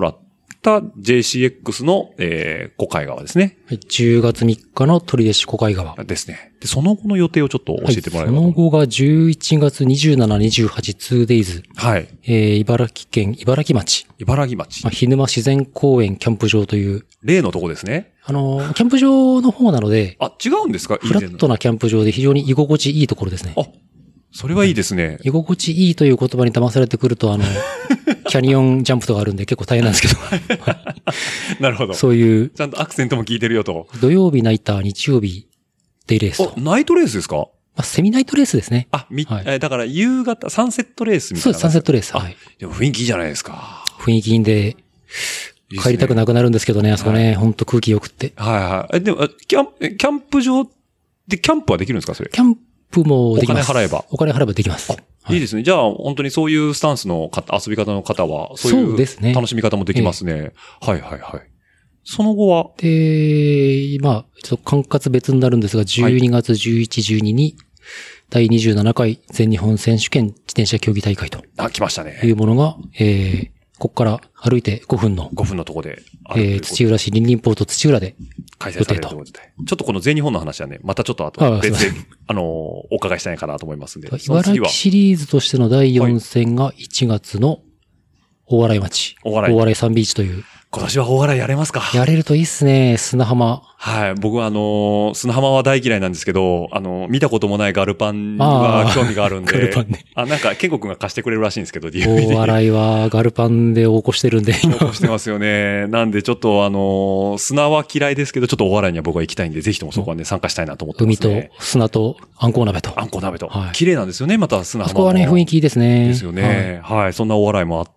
た ジェイシーエックス の、えー、小海川ですね。 はい。じゅうがつみっかの取手市小海川。 ですね。で、その後の予定をちょっと教えてもらえれば、 はい、その後がじゅういちがつにじゅうしち、にじゅうはち、ツーデイズ。 はい。 えー、茨城県茨城町。 茨城町。 まあ、涸沼自然公園キャンプ場という。 例のとこですね。 あの、キャンプ場の方なので。 あ、違うんですか？ フラットなキャンプ場で非常に居心地いいところですね。 あ、それはいいですね。 居心地いいという言葉に騙されてくると、あの、キャニオンジャンプとかあるんで結構大変なんですけど。 なるほど。 そういう。 ちゃんとアクセントも効いてるよと。 土曜日ナイター、日曜日、デイレースと。 ナイトレースですか？ まあ、セミナイトレースですね。 あ、み、はい、えだから夕方、サンセットレースみたいな。 そうです、サンセットレース。はい。 でも雰囲気いいじゃないですか。 雰囲気いいんで、帰りたくなくなるんですけどね、あそこね、ほんと空気良くって。 はいはい。え、でも、キャンプ、キャンプ場でキャンプはできるんですかそれ？ キャンプもできます。 お金払えば。 お金払えばできます。 いいですね。じゃあ、本当にそういうスタンスの方、遊び方の方は、そういう楽しみ方もできますね。はいはいはい。その後はで、まあ、ちょっと管轄別になるんですが、じゅうにがつじゅういち、じゅうにに、だいにじゅうななかい全日本選手権自転車競技大会と。 あ、来ましたね。 いうものが、えー、ここから歩いてごふんの。 ごふんのとこで。 えー、土浦市林林ポート土浦で。 開催されるということで。ちょっとこの全日本の話はね、またちょっと後で別で、あのー、お伺いしたいかなと思いますんで。 茨城シリーズとしてのだいよん戦がいちがつの大洗町。大洗。大洗サンビーチという。 今年は大洗やれますか？ やれるといいっすね、砂浜。 はい。僕はあのー、砂浜は大嫌いなんですけど、あのー、見たこともないガルパンは興味があるんで。 ガルパンね。 あ、なんか、ケンコ君が貸してくれるらしいんですけど、ディーブイディー。大洗はガルパンで起こしてるんで、 今。起こしてますよね。なんでちょっとあのー、砂は嫌いですけど、ちょっと大洗には僕は行きたいんで、ぜひともそこはね、参加したいなと思ってますね。 海と砂とあんこう鍋と。 あんこう鍋と。はい。綺麗なんですよね、また砂浜。 あそこはね、雰囲気いいですね。 ですよね。はい。はい、そんな大洗もあって。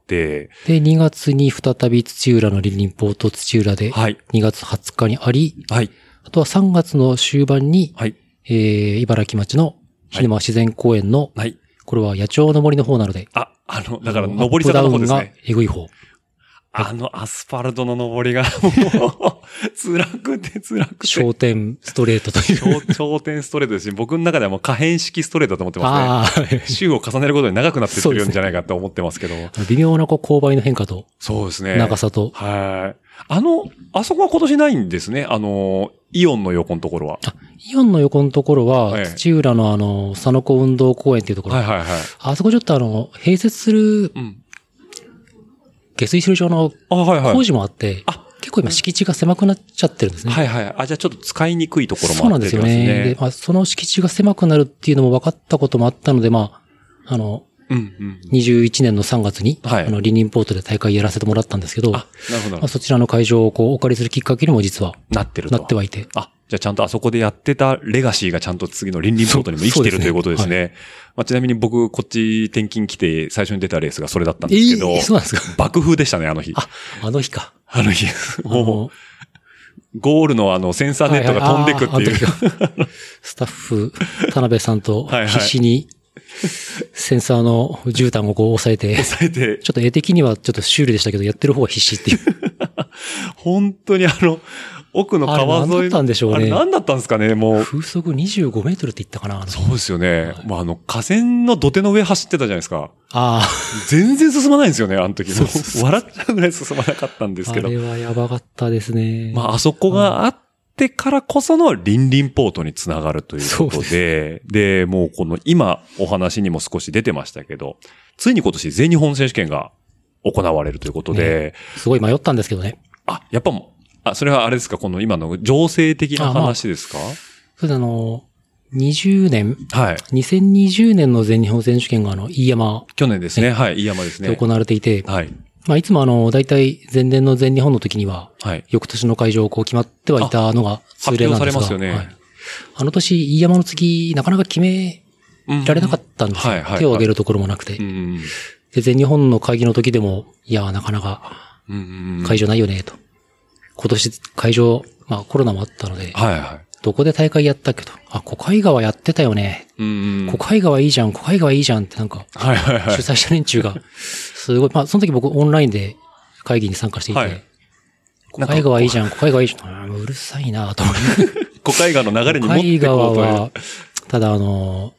で、にがつに再び土浦の林林ポート土浦で、はい。にがつはつかにあり、はい。あとはさんがつの終盤に、はい。えー、茨城町の涸沼自然公園の、はい。これは野鳥の森の方なので。 あ、あの、だから登り坂の方ですね。アップダウンがえぐい方。 あのアスファルトの登りがもう、辛くて辛くて。 頂点ストレートという。 頂点ストレートですし、僕の中ではもう可変式ストレートだと思ってますね。週を重ねることで長くなってってるんじゃないかと思ってますけど。 微妙なこう勾配の変化と。 そうですね。 長さと。 はい。あの、あそこは今年ないんですね。あの、イオンの横のところは。 あ、イオンの横のところは、土浦のあの、佐野湖運動公園っていうところ。 はいはいはい。 あそこちょっとあの、併設する、うん。下水処理場の工事もあって、はいはい、あ、結構今敷地が狭くなっちゃってるんですね。 はいはい。あ、じゃあちょっと使いにくいところもあって、 そうなんですよね。で、まあ、その敷地が狭くなるっていうのも分かったこともあったので、まあ、あの、うんうん、にじゅういちねんのさんがつに、はい、あの、リニンポートで大会やらせてもらったんですけど、あ、なるほど。まあ、そちらの会場をこう、お借りするきっかけにも実は、 なってると。 なってはいて。 あ、じゃあちゃんとあそこでやってたレガシーがちゃんと次のリンリンポートにも生きてるということですね。はい、まあ、ちなみに僕、こっち転勤来て最初に出たレースがそれだったんですけど、 えー、そうなんですか。 爆風でしたね、あの日。 あ、あの日か。 あの日。もう、ゴールのあのセンサーネットが飛んでくっていう。はいはい、 スタッフ、田辺さんと必死に、センサーの絨毯をこう押さえて、 押さえて。 ちょっと絵的にはちょっとシュールでしたけど、やってる方は必死っていう。 本当にあの、奥の川沿い。 何だったんでしょうね。 あれ何だったんですかね、もう。 風速にじゅうごメートルって言ったかな。 そうですよね。はい、まあ、あの、河川の土手の上走ってたじゃないですか。 ああ。 全然進まないんですよね、あの時。そうそうそう笑っちゃうぐらい進まなかったんですけど。 あれはやばかったですね。 まあ、あそこがあってからこそのリンリンポートにつながるということで、で、で、もうこの今お話にも少し出てましたけど、ついに今年全日本選手権が行われるということで、 ね、すごい迷ったんですけどね。 あ、やっぱもう、あ、それはあれですか、この今の情勢的な話ですか？あ、まあ、 そうです、あの、にじゅうねん。 はい。 にせんにじゅうねんの全日本選手権があの、飯山。 去年ですね。はい、飯山ですね。 行われていて。 はい。 まあ、いつもあの、大体前年の全日本の時には、はい。翌年の会場をこう決まってはいたのが通例なんですが。 発表されますよね。はい。 あの年、飯山の次、なかなか決められなかったんですよ。はいはい。手を挙げるところもなくて。うん。で、全日本の会議の時でも、いや、なかなか、会場ないよね、と。今年会場、まあコロナもあったので、はいはい。どこで大会やったっけと。あ、小海川やってたよね。うん。小海川いいじゃん、小海川いいじゃんってなんか、はいはいはい。主催者連中が、すごい、まあその時僕オンラインで会議に参加していて、はい、小海川いいじゃん、小海川いいじゃん。うるさいなと思って。 小海川の流れに持っていこうという。 小海川は、ただあの、ちょっ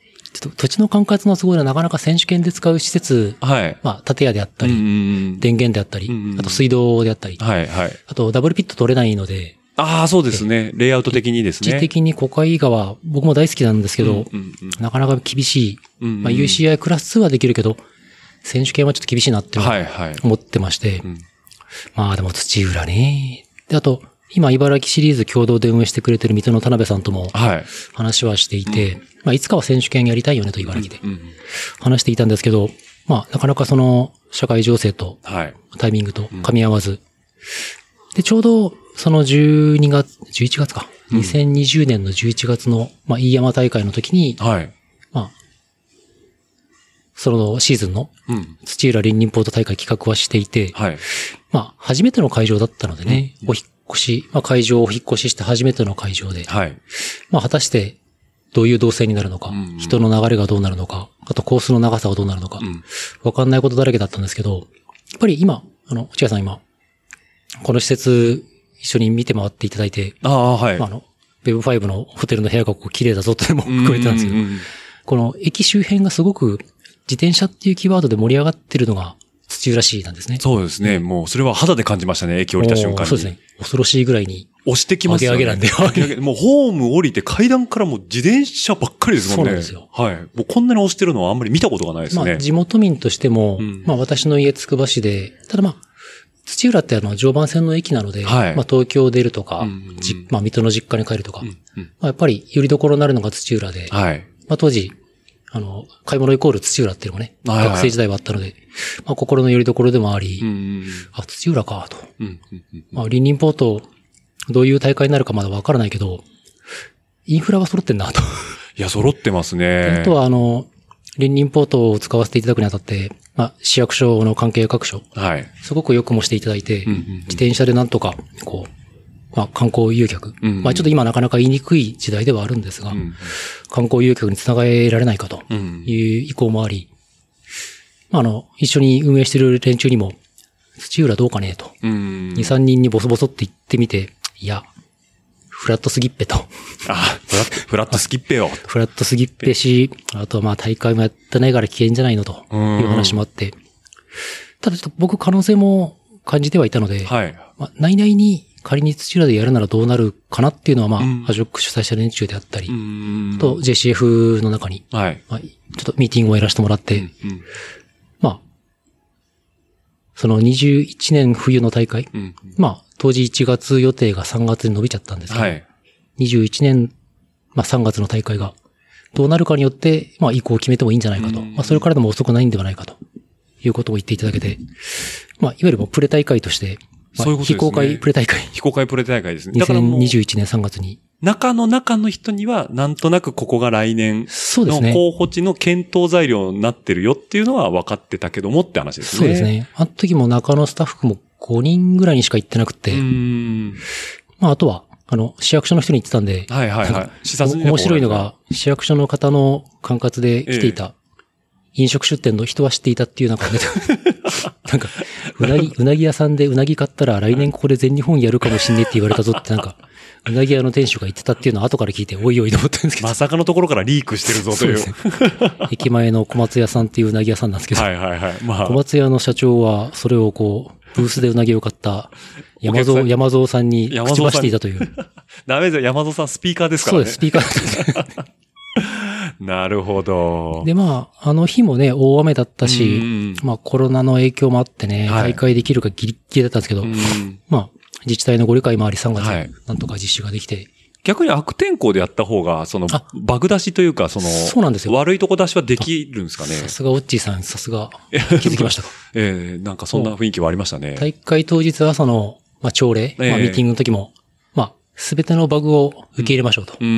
土地の管轄の都合でなかなか選手権で使う施設、はい、まあ、建屋であったり、うんうん、電源であったり、うんうん、あと水道であったり、はいはい、あとダブルピット取れないので、 ああ、そうですね。レイアウト的にですね。 地理的に小海川、僕も大好きなんですけど、うんうんうん、なかなか厳しい。うんうん、まあ、ユーシーアイ クラスツーはできるけど、選手権はちょっと厳しいなって思ってまして。はいはいうん、まあでも土浦ね。で、あと、今、茨城シリーズ共同で運営してくれてる水戸の田辺さんとも話はしていて、はいうんまあ、いつかは選手権やりたいよねと茨城で話していたんですけど、まあ、なかなかその社会情勢とタイミングと噛み合わず、で、ちょうどそのじゅうにがつ、じゅういちがつか、にせんにじゅうねんのじゅういちがつの、まあ、飯山大会の時に、はい、まあ、そのシーズンの土浦林林ポート大会企画はしていて、はい、まあ、初めての会場だったのでね、うん、お引っ越し、まあ、会場を引っ越しして初めての会場で、はい、まあ、果たしてどういう動線になるのか、うんうん、人の流れがどうなるのか、あとコースの長さがどうなるのか、うん、わかんないことだらけだったんですけど、やっぱり今、あの、内川さん今、この施設一緒に見て回っていただいて、ああ、はい。まあ、あの、ウェブファイブ のホテルの部屋がこう綺麗だぞっても含めてなんですけど、この駅周辺がすごく自転車っていうキーワードで盛り上がってるのが土浦市なんですね。 そうですね。もうそれは肌で感じましたね。駅降りた瞬間に。 そうですね。恐ろしいぐらいに。 押してきますよね。 上げ上げなんで。 上げもうホーム降りて階段からもう自転車ばっかりですもんね。そうなんですよ。はい。もうこんなに押してるのはあんまり見たことがないですね。 まあ地元民としても、うん、まあ私の家つくば市で、ただまあ、土浦ってあの常磐線の駅なので、はい、まあ東京出るとか、うんうん、まあ水戸の実家に帰るとか、うんうんまあ、やっぱりよりどころになるのが土浦で、はい、まあ当時、あの、買い物イコール土浦っていうのがね、はいはい、学生時代はあったので、まあ心のよりどころでもあり、うんうん、あ、土浦か、と。うんうんうん、まあ林林ポート、どういう大会になるかまだわからないけど、インフラは揃ってんな、と。 いや、揃ってますね。 あとはあの、林林ポートを使わせていただくにあたって、まあ、市役所の関係各所。はい。すごくよくもしていただいて、うんうんうん、自転車でなんとか、こう、まあ、観光誘客。うんうん、まあ、ちょっと今なかなか言いにくい時代ではあるんですが、うんうん、観光誘客につなげられないかという意向もあり、まあ、あの、一緒に運営している連中にも、土浦どうかねと。うんうん、に、さんにんにボソボソって言ってみて、いや、フラットスギッペと。 あ、フラット、フラットスギッペよ。 フラットスギッペし、あとまあ大会もやってないから危険じゃないのという話もあって。ただちょっと僕可能性も感じてはいたので、はい。まあ、内々に仮に土浦でやるならどうなるかなっていうのはまあ、うん、アジョック主催者連中であったり、あと ジェーシーエフ の中に、はい。まあ、ちょっとミーティングをやらせてもらって、うんうん、まあ、そのにじゅういちねん冬の大会、うんうん、まあ、当時いちがつ予定がさんがつに伸びちゃったんですけど、はい、にじゅういちねん、まあさんがつの大会がどうなるかによって、まあ移行を決めてもいいんじゃないかと。まあそれからでも遅くないんではないかということを言っていただけて、まあいわゆるもうプレ大会として、まあ、そういうことですね。非公開プレ大会。 非公開プレ大会ですね。 だからもうにせんにじゅういちねんさんがつに。 中の中の人にはなんとなくここが来年の候補地の検討材料になってるよっていうのは分かってたけどもって話ですね。 そうですね。あの時も中のスタッフもごにんぐらいにしか行ってなくて、うんまああとは、あの、市役所の人に言ってたんで、はいはいはい。視察に面白いのが、市役所の方の管轄で来ていた、飲食出店の人は知っていたっていうなんかね、なんか、うなぎ、うなぎ屋さんでうなぎ買ったら来年ここで全日本やるかもしんねえって言われたぞってなんか、うなぎ屋の店主が言ってたっていうのを後から聞いて、おいおいと思ったんですけど。 まさかのところからリークしてるぞという。そうですね。駅前の小松屋さんっていううなぎ屋さんなんですけど、はいはいはい。まあ、小松屋の社長はそれをこう、ブースでうなぎを買った山蔵、山蔵さんに口走っていたという。 ダメですよ、山蔵さんスピーカーですからね。 そうです、スピーカーです。 なるほど。 で、まあ、あの日もね、大雨だったし、まあコロナの影響もあってね、はい、大会できるかギリッギリだったんですけど、まあ、自治体のご理解もありさんがつ、はい、なんとか実施ができて。 逆に悪天候でやった方が、その、バグ出しというか、その、 そうなんですよ。 悪いとこ出しはできるんですかね。 さすがオッチーさん、さすが気づきましたか。 ええー、なんかそんな雰囲気はありましたね。 大会当日朝の、まあ、朝礼、まあ、ミーティングの時も、まあ、すべてのバグを受け入れましょうと。うん。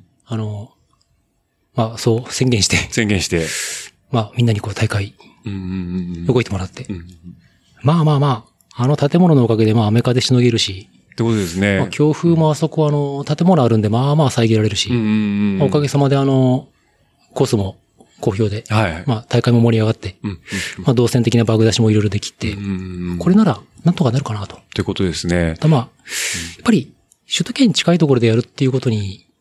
あの、まあ、そう宣言して。 宣言して。 まあ、みんなにこう大会、動いてもらって。うん、まあまあまあ、あの建物のおかげで、まあ、雨風しのげるし。 ってことですね。 まあ、強風もあそこはあの、建物あるんで、まあまあ遮られるし。まあ、おかげさまであの、コースも好評で。はい。まあ、大会も盛り上がって。うんうんうん、まあ、動線的なバグ出しもいろいろできて。うんうん、これなら、なんとかなるかなと。 ってことですね。 まあ、やっぱり、首都圏近いところでやるっていうことに、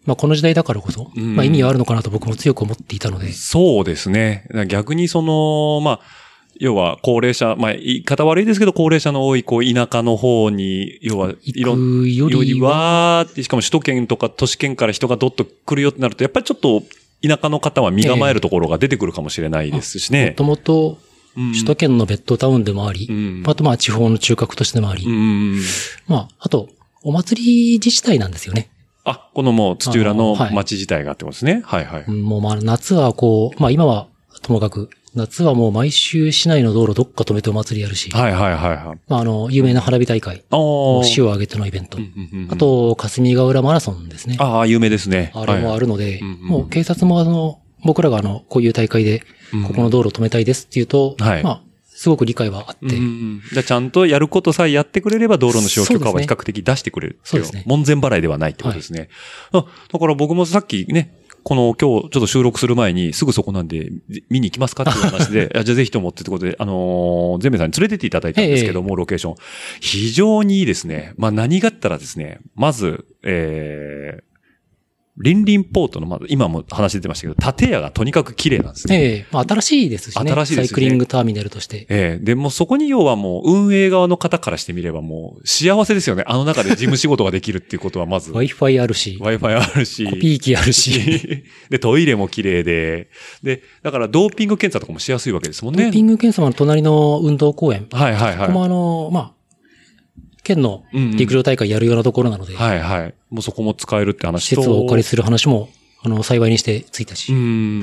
まあこの時代だからこそ、 うん、 まあ意味はあるのかなと僕も強く思っていたので。 そうですね。逆にその、まあ、要は高齢者、まあ言い方悪いですけど、高齢者の多いこう田舎の方に、要はいろんな、よりは、しかも首都圏とか都市圏から人がどっと来るよってなると、やっぱりちょっと田舎の方は身構えるところが出てくるかもしれないですしね。 もともと、首都圏のベッドタウンでもあり、うん、あとまあ地方の中核都市でもあり、うん、まあ、あと、お祭り自治体なんですよね。 あ、このもう土浦の町自体がってことですね。はい、はい、はい。 もうまあ夏はこう、まあ今はともかく、夏はもう毎週市内の道路どっか止めてお祭りやるし。 はいはいはいはい。 まああの、有名な花火大会。市を挙げてのイベント。うんうんうん、あと、霞ヶ浦マラソンですね。 ああ、有名ですね。 あれもあるので、はいはい、もう警察もあの、僕らがあの、こういう大会で、ここの道路止めたいですって言うと、うん、はい、まあ、すごく理解はあって。うん、 じゃあちゃんとやることさえやってくれれば道路の使用許可は比較的出してくれる。 そうですね。 門前払いではないってことですね。はい、あ、だから僕もさっきね、この今日ちょっと収録する前にすぐそこなんで見に行きますかっていう話で、じゃあぜひともってことで、あのー、ゼンベさんに連れてっていただいたんですけども、ロケーション。非常にいいですね。まあ何があったらですね、まず、えー、リンリンポートの、まず、今も話出てましたけど、建屋がとにかく綺麗なんですね。 ええー、まあ、新しいですしね。新しいですね。サイクリングターミナルとして。 ええー、で、もうそこに要はもう、運営側の方からしてみればもう、幸せですよね。あの中で事務仕事ができるっていうことはまず。 Wi-Fi あるし。 Wi-Fi あるし。 コピー機あるし。 で、トイレも綺麗で。で、だからドーピング検査とかもしやすいわけですもんね。 ドーピング検査も隣の運動公園。 はいはいはい。 ここもあの、まあ、県の陸上大会やるようなところなので。 うんうん、はいはい。もうそこも使えるって話と。 施設をお借りする話も、あの、幸いにしてついたし。 うん。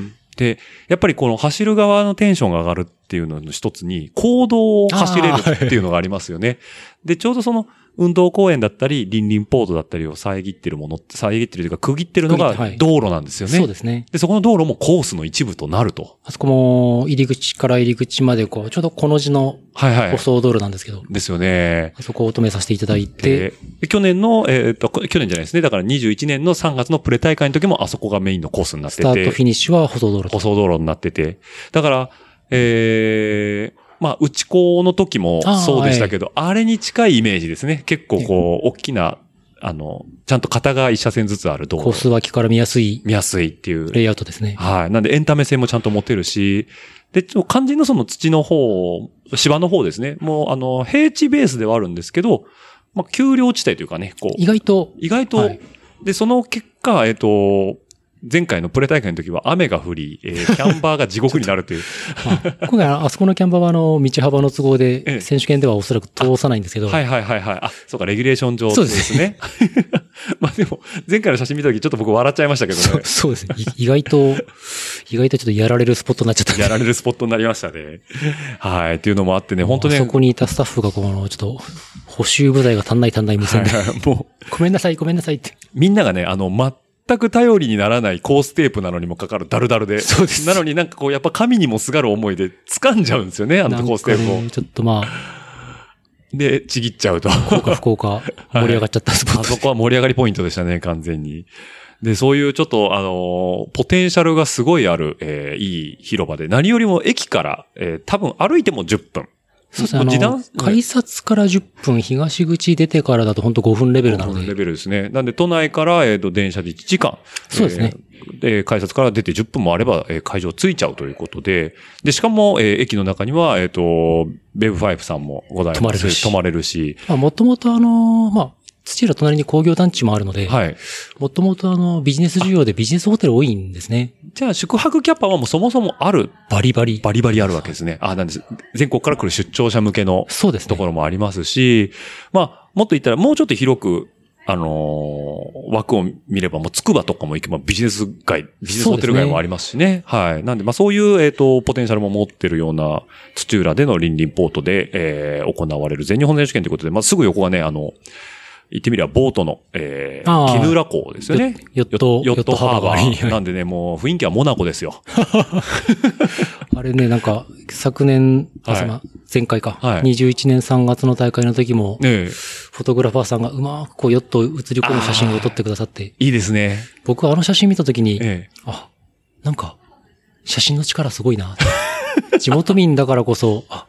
で、やっぱりこの走る側のテンションが上がるっていうのの一つに、公道を走れるっていうのがありますよね。で、ちょうどその、運動公園だったり、リンリンポートだったりを遮ってるものって、遮ってるというか区切ってるのが道路なんですよね。はい、 そうですね。 で、そこの道路もコースの一部となると。 あそこも入り口から入り口までこう、ちょうどこの字の舗装道路なんですけど。はいはい、 ですよね。 あそこを止めさせていただいて。 で去年の、えっと、去年じゃないですね。だからにじゅういちねんのさんがつのプレ大会の時もあそこがメインのコースになってて。 スタートフィニッシュは舗装道路。 舗装道路になってて。だから、えー、まあ、内子の時もそうでしたけど、あ,、はい、あれに近いイメージですね。結構こう、大きな、あの、ちゃんと片側一車線ずつある道路。 コース脇から見やすい。 見やすいっていう。 レイアウトですね。 はい。なんでエンタメ性もちゃんと持てるし、で、肝心のその土の方、芝の方ですね。もう、あの、平地ベースではあるんですけど、まあ、丘陵地帯というかね、こう。 意外と。 意外と、はい、で、その結果、えっと、前回のプレ大会の時は雨が降り、えー、キャンバーが地獄になるという。 今回あそこのキャンバーはあの、道幅の都合で、選手権ではおそらく通さないんですけど。 はいはいはいはい。あ、そうか、レギュレーション上ですね。そうですね。まあでも、前回の写真見た時ちょっと僕笑っちゃいましたけどね。 そう、そうですね。意外と、意外とちょっとやられるスポットになっちゃった、ね。 やられるスポットになりましたね。はい。っていうのもあってね、本当ね。 そこにいたスタッフがこの、ちょっと、補修部材が足んない足んない無線で。はいはい、もう、ごめんなさい、ごめんなさいって。 みんながね、あの、ま、全く頼りにならないコーステープなのにもかかるダルダルで。 そうです。 なのになんかこう、やっぱ神にもすがる思いで掴んじゃうんですよね、あのコーステープを。 ね、ちょっとまあ。 で、ちぎっちゃうと。 福岡、福岡、盛り上がっちゃったスポット、 はい。あそこは盛り上がりポイントでしたね、完全に。で、そういうちょっと、あのー、ポテンシャルがすごいある、えー、いい広場で、何よりも駅から、えー、多分歩いてもじゅっぷん。 そうですね。時短改札からじゅっぷん、東口出てからだと本当ごふんレベルなので。ごふんレベルですね。なんで都内から、えっと、電車でいちじかん。 そうですね。 えー、で、改札から出てじゅっぷんもあれば、えー、会場着いちゃうということで、で、しかも、えー、駅の中には、えっと、ベブファイブさんもございます。泊まれるし。泊まれるし。 まあ、もともとあのー、まあ、土浦隣に工業団地もあるので、 はい。 もともとあの、ビジネス需要でビジネスホテル多いんですね。 じゃあ、宿泊キャパはもうそもそもある。 バリバリ。 バリバリあるわけですね。あ、なんです。全国から来る出張者向けの。 そうですね。 ところもありますし、まあ、もっと言ったらもうちょっと広く、あのー、枠を見れば、もう筑波とかも行けばビジネス街、ビジネスホテル街もありますしね。ねはい。なんで、まあそういう、えっと、ポテンシャルも持ってるような、土浦でのリンリンポートで、えー、行われる全日本選手権ということで、まあすぐ横がね、あの、言ってみれば、ボートの、えー、絹浦港ですよね。 ヨット、 ヨットハーバー。なんでね、もう雰囲気はモナコですよ。 あれね、なんか、昨年、はい、前回か、はい、にじゅういちねんさんがつの大会の時も、ね、フォトグラファーさんがうまくこうヨットを映り込む写真を撮ってくださって。 いいですね。 僕はあの写真見た時に、ええ、あ、なんか、写真の力すごいな。地元民だからこそ、あ、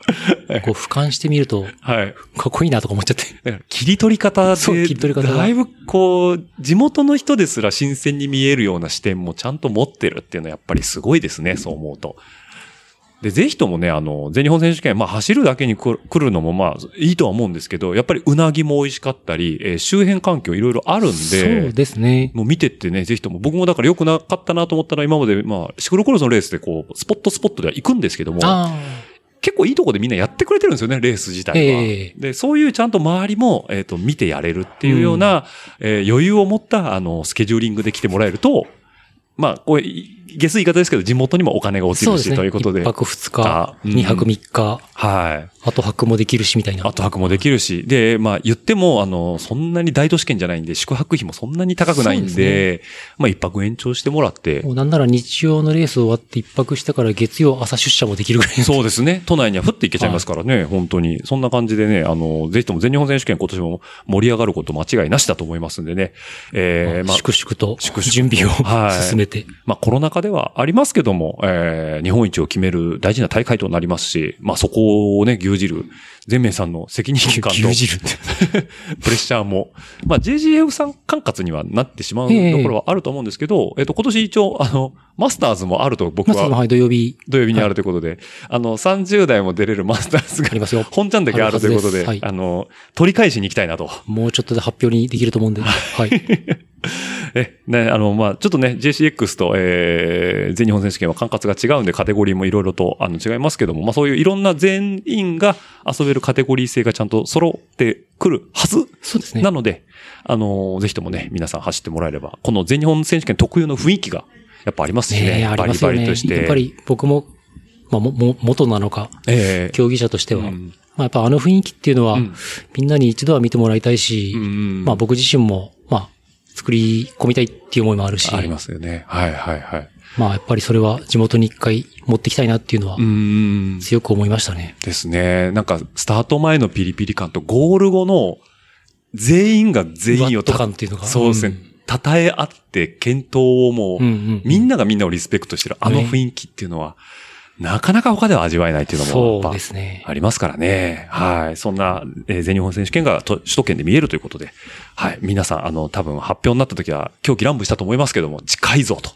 こう俯瞰してみると、 はい。 かっこいいなとか思っちゃって。 だから切り取り方で、 そう切り取り方がだいぶこう、地元の人ですら新鮮に見えるような視点もちゃんと持ってるっていうのはやっぱりすごいですね、そう思うと。で、ぜひともね、あの、全日本選手権、まあ走るだけに来るのもまあいいとは思うんですけど、やっぱりうなぎも美味しかったり、えー、周辺環境いろいろあるんで、 そうですね。 もう見てってね、ぜひとも、僕もだから良くなかったなと思ったら今まで、まあ、シクロクロスのレースでこう、スポットスポットでは行くんですけども、結構いいとこでみんなやってくれてるんですよね、レース自体は。えー、で、そういうちゃんと周りも、えっと、見てやれるっていうような、うん、えー、余裕を持った、あの、スケジューリングで来てもらえると、まあ、これ、下水言い方ですけど、地元にもお金が落ちるし、ね、ということで。 いっぱくふつか、にはくみっか。 はい。 後泊もできるし、みたいな。 後泊もできるし。で、まあ言っても、あの、そんなに大都市圏じゃないんで、宿泊費もそんなに高くないんで、でね、まあ一泊延長してもらって。 もうなんなら日曜のレース終わって一泊してから月曜朝出社もできるぐらい。 そうですね。都内には降っていけちゃいますからね、はい、本当に。そんな感じでね、あの、ぜひとも全日本選手権今年も盛り上がること間違いなしだと思いますんでね。えー、まあ、 粛々と準備を進めて。 まあコロナ禍ではありますけども、えー、日本一を決める大事な大会となりますし、まあそこをね、牛耳る、全明さんの責任感と、 牛耳るプレッシャーも、まあ ジェイジーエフ さん管轄にはなってしまうところはあると思うんですけど、えっ、ー、と、今年一応、あの、マスターズもあると僕は。 マスターズもはい、土曜日。 土曜日にあるということで、はい、あの、さんじゅう代も出れるマスターズが、 ありますよ。 本ちゃんだけあるということで、あ, はい、あの、取り返しに行きたいなと。 もうちょっとで発表にできると思うんで。はい。 え、ね、あの、まあ、ちょっとね、ジェイシーエックス と、えー、全日本選手権は管轄が違うんで、カテゴリーもいろいろと、あの、違いますけども、まあ、そういういろんな全員が遊べるカテゴリー性がちゃんと揃ってくるはず。 そうですね。 なので、あの、ぜひともね、皆さん走ってもらえれば、この全日本選手権特有の雰囲気が、やっぱありますしね。 ね、 バリバリとして。 やっぱり僕も、まあ、も、も、元なのか、えー、競技者としては、うん、まあ、やっぱあの雰囲気っていうのは、うん、みんなに一度は見てもらいたいし、うん、まあ、僕自身も、まあ、作り込みたいっていう思いもあるし。 ありますよね。はいはいはい。 まあやっぱりそれは地元に一回持ってきたいなっていうのは、強く思いましたね。 ですね。なんかスタート前のピリピリ感とゴール後の全員が全員をた感っていうのが。 そうですね。称え合って健闘をもう、うんうんうん、みんながみんなをリスペクトしてるあの雰囲気っていうのは、ね、なかなか他では味わえないっていうのもそうですね。 ありますからね。はい。そんな、えー、全日本選手権が首都圏で見えるということで、はい。皆さん、あの、多分発表になった時は狂気乱舞したと思いますけども、近いぞと。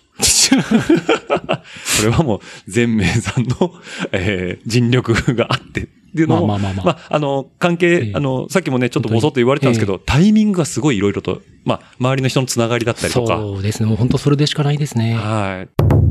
それはもう、全明さんの、えー、尽力があってっていうのを、まあまあまあまあ、まあ、あの、関係、えー、あの、さっきもね、ちょっとボソッと言われたんですけど、えー、タイミングがすごいいろいろと、まあ、周りの人のつながりだったりとか。 そうですね。もう本当それでしかないですね。 はい。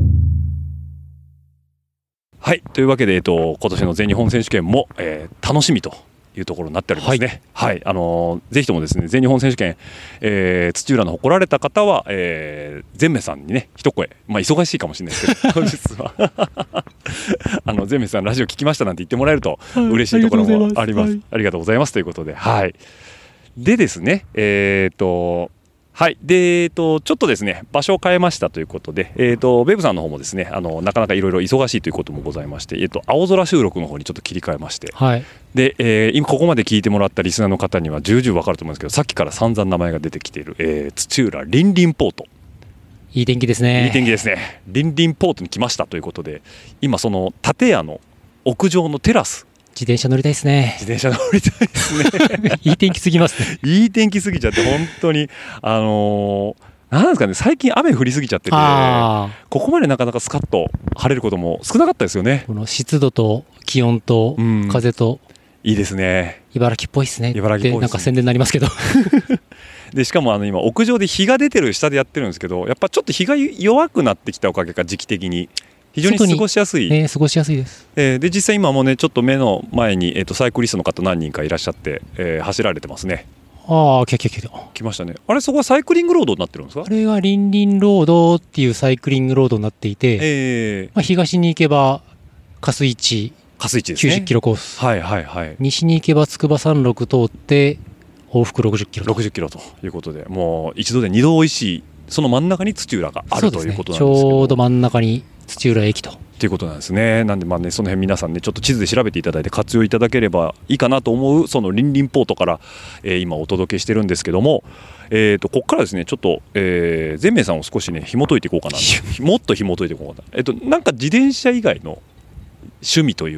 はい。というわけで、えっと、今年の全日本選手権も、えー、楽しみというところになっておりますね。はい。はい、あのー、ぜひともですね、全日本選手権、えー、土浦の誇られた方は、えー、全明さんにね、一声、まあ、忙しいかもしれないですけど、実は。あの、全明さんラジオ聞きましたなんて言ってもらえると嬉しいところもあります。ありがとうございます。ということで、はい。でですね、えっと、はい。で、えっと、ちょっとですね、場所を変えましたということで、えっと、ベブさんの方もですね、あの、なかなかいろいろ忙しいということもございまして、えっと、青空収録の方にちょっと切り替えまして、 はい。 で、えー、今ここまで聞いてもらったリスナーの方には重々わかると思うんですけど、さっきから散々名前が出てきている、えー、土浦リンリンポート。 いい天気ですね。 いい天気ですね。リンリンポートに来ましたということで、今その建屋の屋上のテラス、 自転車乗りたいですね。 自転車乗りたいですね。 いい天気すぎますね。 いい天気すぎちゃって、本当に、あのー、なんですかね、最近雨降りすぎちゃってて、ここまでなかなかスカッと晴れることも少なかったですよね。 この湿度と気温と風と、 うん、いいですね。 茨城っぽいですね。 茨城っぽいですね。 なんか宣伝になりますけど。 でしかもあの今屋上で日が出てる下でやってるんですけど、やっぱちょっと日が弱くなってきたおかげか時期的に。非常に過ごしやすい、 ね、過ごしやすいです、 えー、で実際今もねちょっと目の前に、えー、とサイクリストの方何人かいらっしゃって、えー、走られてますね。 ああ、来た来た来た来ましたね。あれ、そこはサイクリングロードになってるんですか？ あれがリンリンロードっていうサイクリングロードになっていて、 えーまあ、東に行けば粕市粕市ですね、 きゅうじゅっキロコース、 はいはいはい、 西に行けば筑波山麓通って往復ろくじゅっキロろくじゅっキロということで、もう一度で二度おいしい、その真ん中に土浦があるということなんですけど、 ね、ちょうど真ん中に土浦駅とということなんですね。なんでまあね、その辺皆さんねちょっと地図で調べていただいて活用いただければいいかなと思うそのリンリンポートから、えー、今お届けしてるんですけども、えー、とここからですねちょっと、えー、全明さんを少しね紐解いていこうかなもっと紐解いていこうかな、えー、となんか自転車以外の趣味というか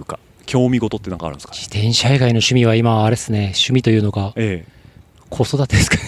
興味事って何かあるんですか？ 自転車以外の趣味は今あれですね、趣味というのが、 ええ、 子育てですかね。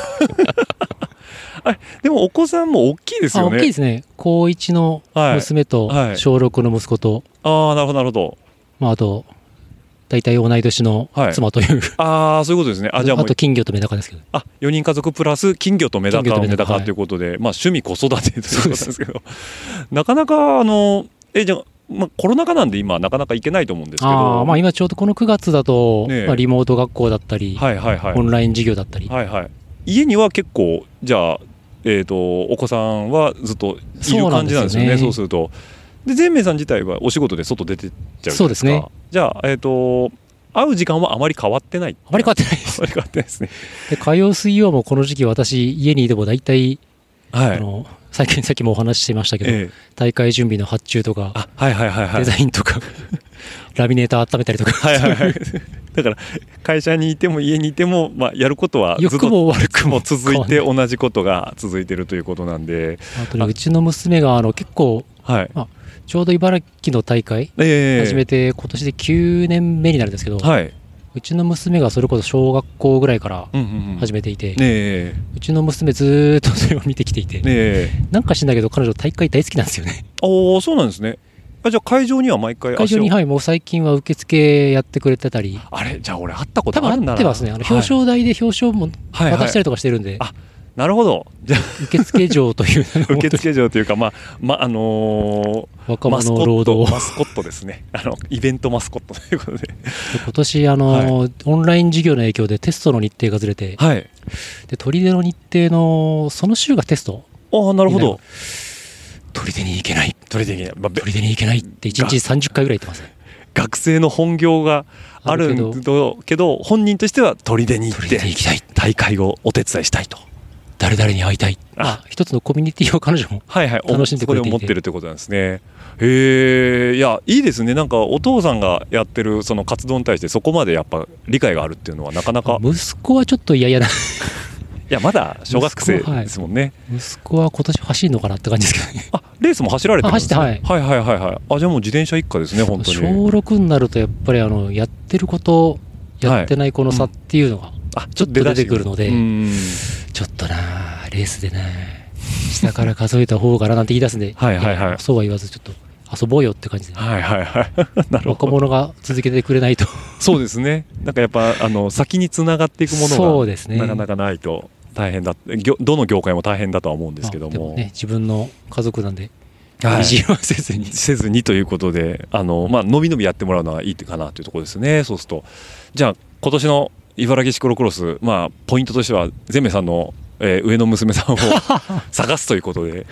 あ、でもお子さんも大きいですよね。 大きいですね。高いちの娘と小ろくの息子と、 はいはい、ああ、なるほどなるほど。 まあ、あと大体同い年の妻という、はい、 ああ、そういうことですね。あ、じゃあもう、 あと金魚とメダカですけど、 あ、よにん家族プラス金魚とメダカとメダカということで、はい、まあ趣味子育てということですけど、なかなかあのえじゃあ、まあ、コロナ禍なんで今なかなか行けないと思うんですけど、 あ、まあ、今ちょうどこのくがつだと、ね、まあ、リモート学校だったり、 はいはいはい、 オンライン授業だったり、はいはい、 家には結構じゃあ、えーと、お子さんはずっといる感じなんですよね。 そうなんですよね。そうするとで善明さん自体はお仕事で外出てっちゃうじゃないですか。 そうですね。 じゃあ、えーと会う時間はあまり変わってない。 あまり変わってないです。 あまり変わってないですね。 で、火曜水曜もこの時期私家にいても大体、はい、あの最近さっきもお話ししてましたけど、ええ、大会準備の発注とか、あ、はいはいはいはい、デザインとかラミネーター温めたりとか、はいはいはい、 だから会社にいても家にいても、まあ、やることはずっと良くも悪くも続いて同じことが続いているということなんで、 あとね、うちの娘があの結構、はい、まあ、ちょうど茨城の大会始めて今年できゅうねんめになるんですけど、はい、うちの娘がそれこそ小学校ぐらいから始めていて、うんうんうん、ね、うちの娘ずっとそれを見てきていて、ね、なんか知んだけど彼女大会大好きなんですよね。 おー、そうなんですね。あ、じゃあ会場には毎回足を、 会場に、はい、もう最近は受付やってくれてたり、 あれ、じゃあ俺会ったことあるんだな。 多分会ってますね。あの表彰台で表彰も渡したりとかしてるんで、 はいはいはい、あ、なるほど。じゃあ受付嬢という受付嬢というか、まあ、まあのー、 若者労働マスコットですね。あのイベントマスコットということで、で今年あのーはい、オンライン授業の影響でテストの日程がずれて、はい、で砦の日程のその週がテスト。 ああ、なるほど。 砦に行けない、 砦に、まあ、 砦に行けないっていちにちさんじゅっかいぐらい言ってますね。 学生の本業があるんだけど、本人としては砦に行って砦に行きたい、 大会をお手伝いしたいと。 誰々に会いたい、あ、一つのコミュニティを彼女も楽しんでくれていて、はいはい、そこで持ってるということなんですね。へえ、いや、いいですね。なんかお父さんがやってるその活動に対してそこまでやっぱ理解があるっていうのはなかなか。 息子はちょっと嫌々だ。いや、まだ小学生ですもんね。 息子は、息子は今年走るのかなって感じですけどね。 あ、レースも走られてるんですね。 走って、はい、 はいはいはいはい。あ、じゃあもう自転車一家ですね、本当に。 小ろくになるとやっぱりあのやってることやってないこの差っていうのがちょっと出てくるので、はい、うん、ちょっとなレースでね下から数えた方がななんて言い出すんではいはい、はい、そうは言わずちょっと遊ぼうよって感じで、ね、 はいはいはいなるほど。 若者が続けてくれないとそうですね。なんかやっぱあの先につながっていくものがそうです、ね、なかなかないと大変だ、どの業界も大変だとは思うんですけども、でもね、 自分の家族なんで意地はせずにせずにということで、あの、まあのびのびやってもらうのはいいかなというところですね。そうするとじゃあ今年の茨城シクロクロス、まあポイントとしては善明さんの、えー、上の娘さんを探すということで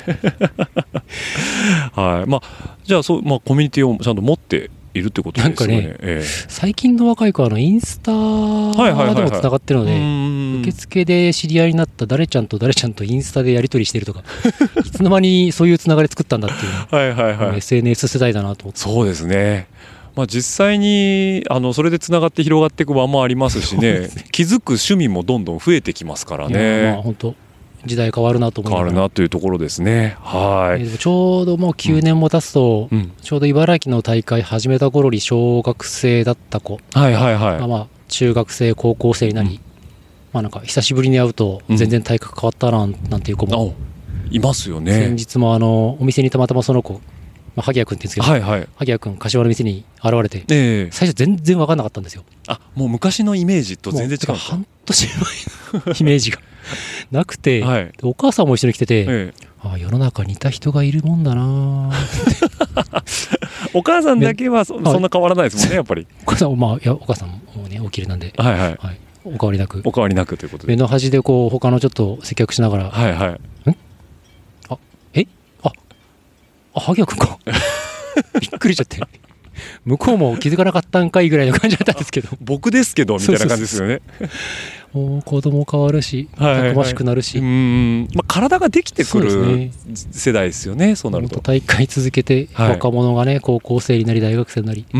はい、まあじゃあそう、まあ、コミュニティをちゃんと持っているってことですよね。なんかね、えー、 最近の若い子はあのインスタでもつながってるので、受付で知り合いになった誰ちゃんと誰ちゃんとインスタでやり取りしてるとかいつの間にそういうつながり作ったんだっていうはいはい、はい、エスエヌエス 世代だなと思って。 そうですね。まあ、実際にあのそれでつながって広がっていく場もありますしね気づく趣味もどんどん増えてきますからね。 まあ本当時代変わるなと思い変わるなというところですね。はい、 えー、ちょうどもうきゅうねんも経つと、うん、ちょうど茨城の大会始めた頃に小学生だった子が、はいはいはい、まあ中学生高校生になり、うん、まあなんか久しぶりに会うと全然体格変わったななんていう子も、 うん、いますよね。 先日もあのお店にたまたまその子、まあ、萩谷君って言うんですけど、はいはい、萩谷君柏の店に現れて、えー、最初全然分かんなかったんですよ。 あ、もう昔のイメージと全然違う。 半年前のイメージがなくて、はい、お母さんも一緒に来てて、ええ、ああ世の中似た人がいるもんだなお母さんだけは そ, そんな変わらないですもんねやっぱり。 お母さんも、まあ、いやお母さんもねおきれいなんで、はいはいはい、お変わりなくお変わりなくということで目の端でこう他のちょっと接客しながら、はいはい、んあえああ萩谷君かびっくりしちゃって向こうも気づかなかったんかいぐらいの感じだったんですけど僕ですけどみたいな感じですよね。 もう子供変わるし、たくましくなるし、 はいはいはい、うん、まあ、体ができてくる世代ですよね。そうなると大会続けて若者がね、はい、高校生になり大学生になり、うん、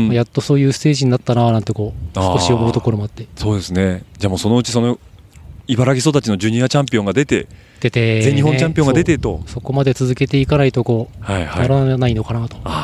まあ、やっとそういうステージになったななんてこう少し思うところもあって。 そうですね。じゃあもうそのうちその茨城育ちのジュニアチャンピオンが出て出て、ね、 全日本チャンピオンが出てとそ, そこまで続けていかないとこう、はいはい、ならないのかなと。あ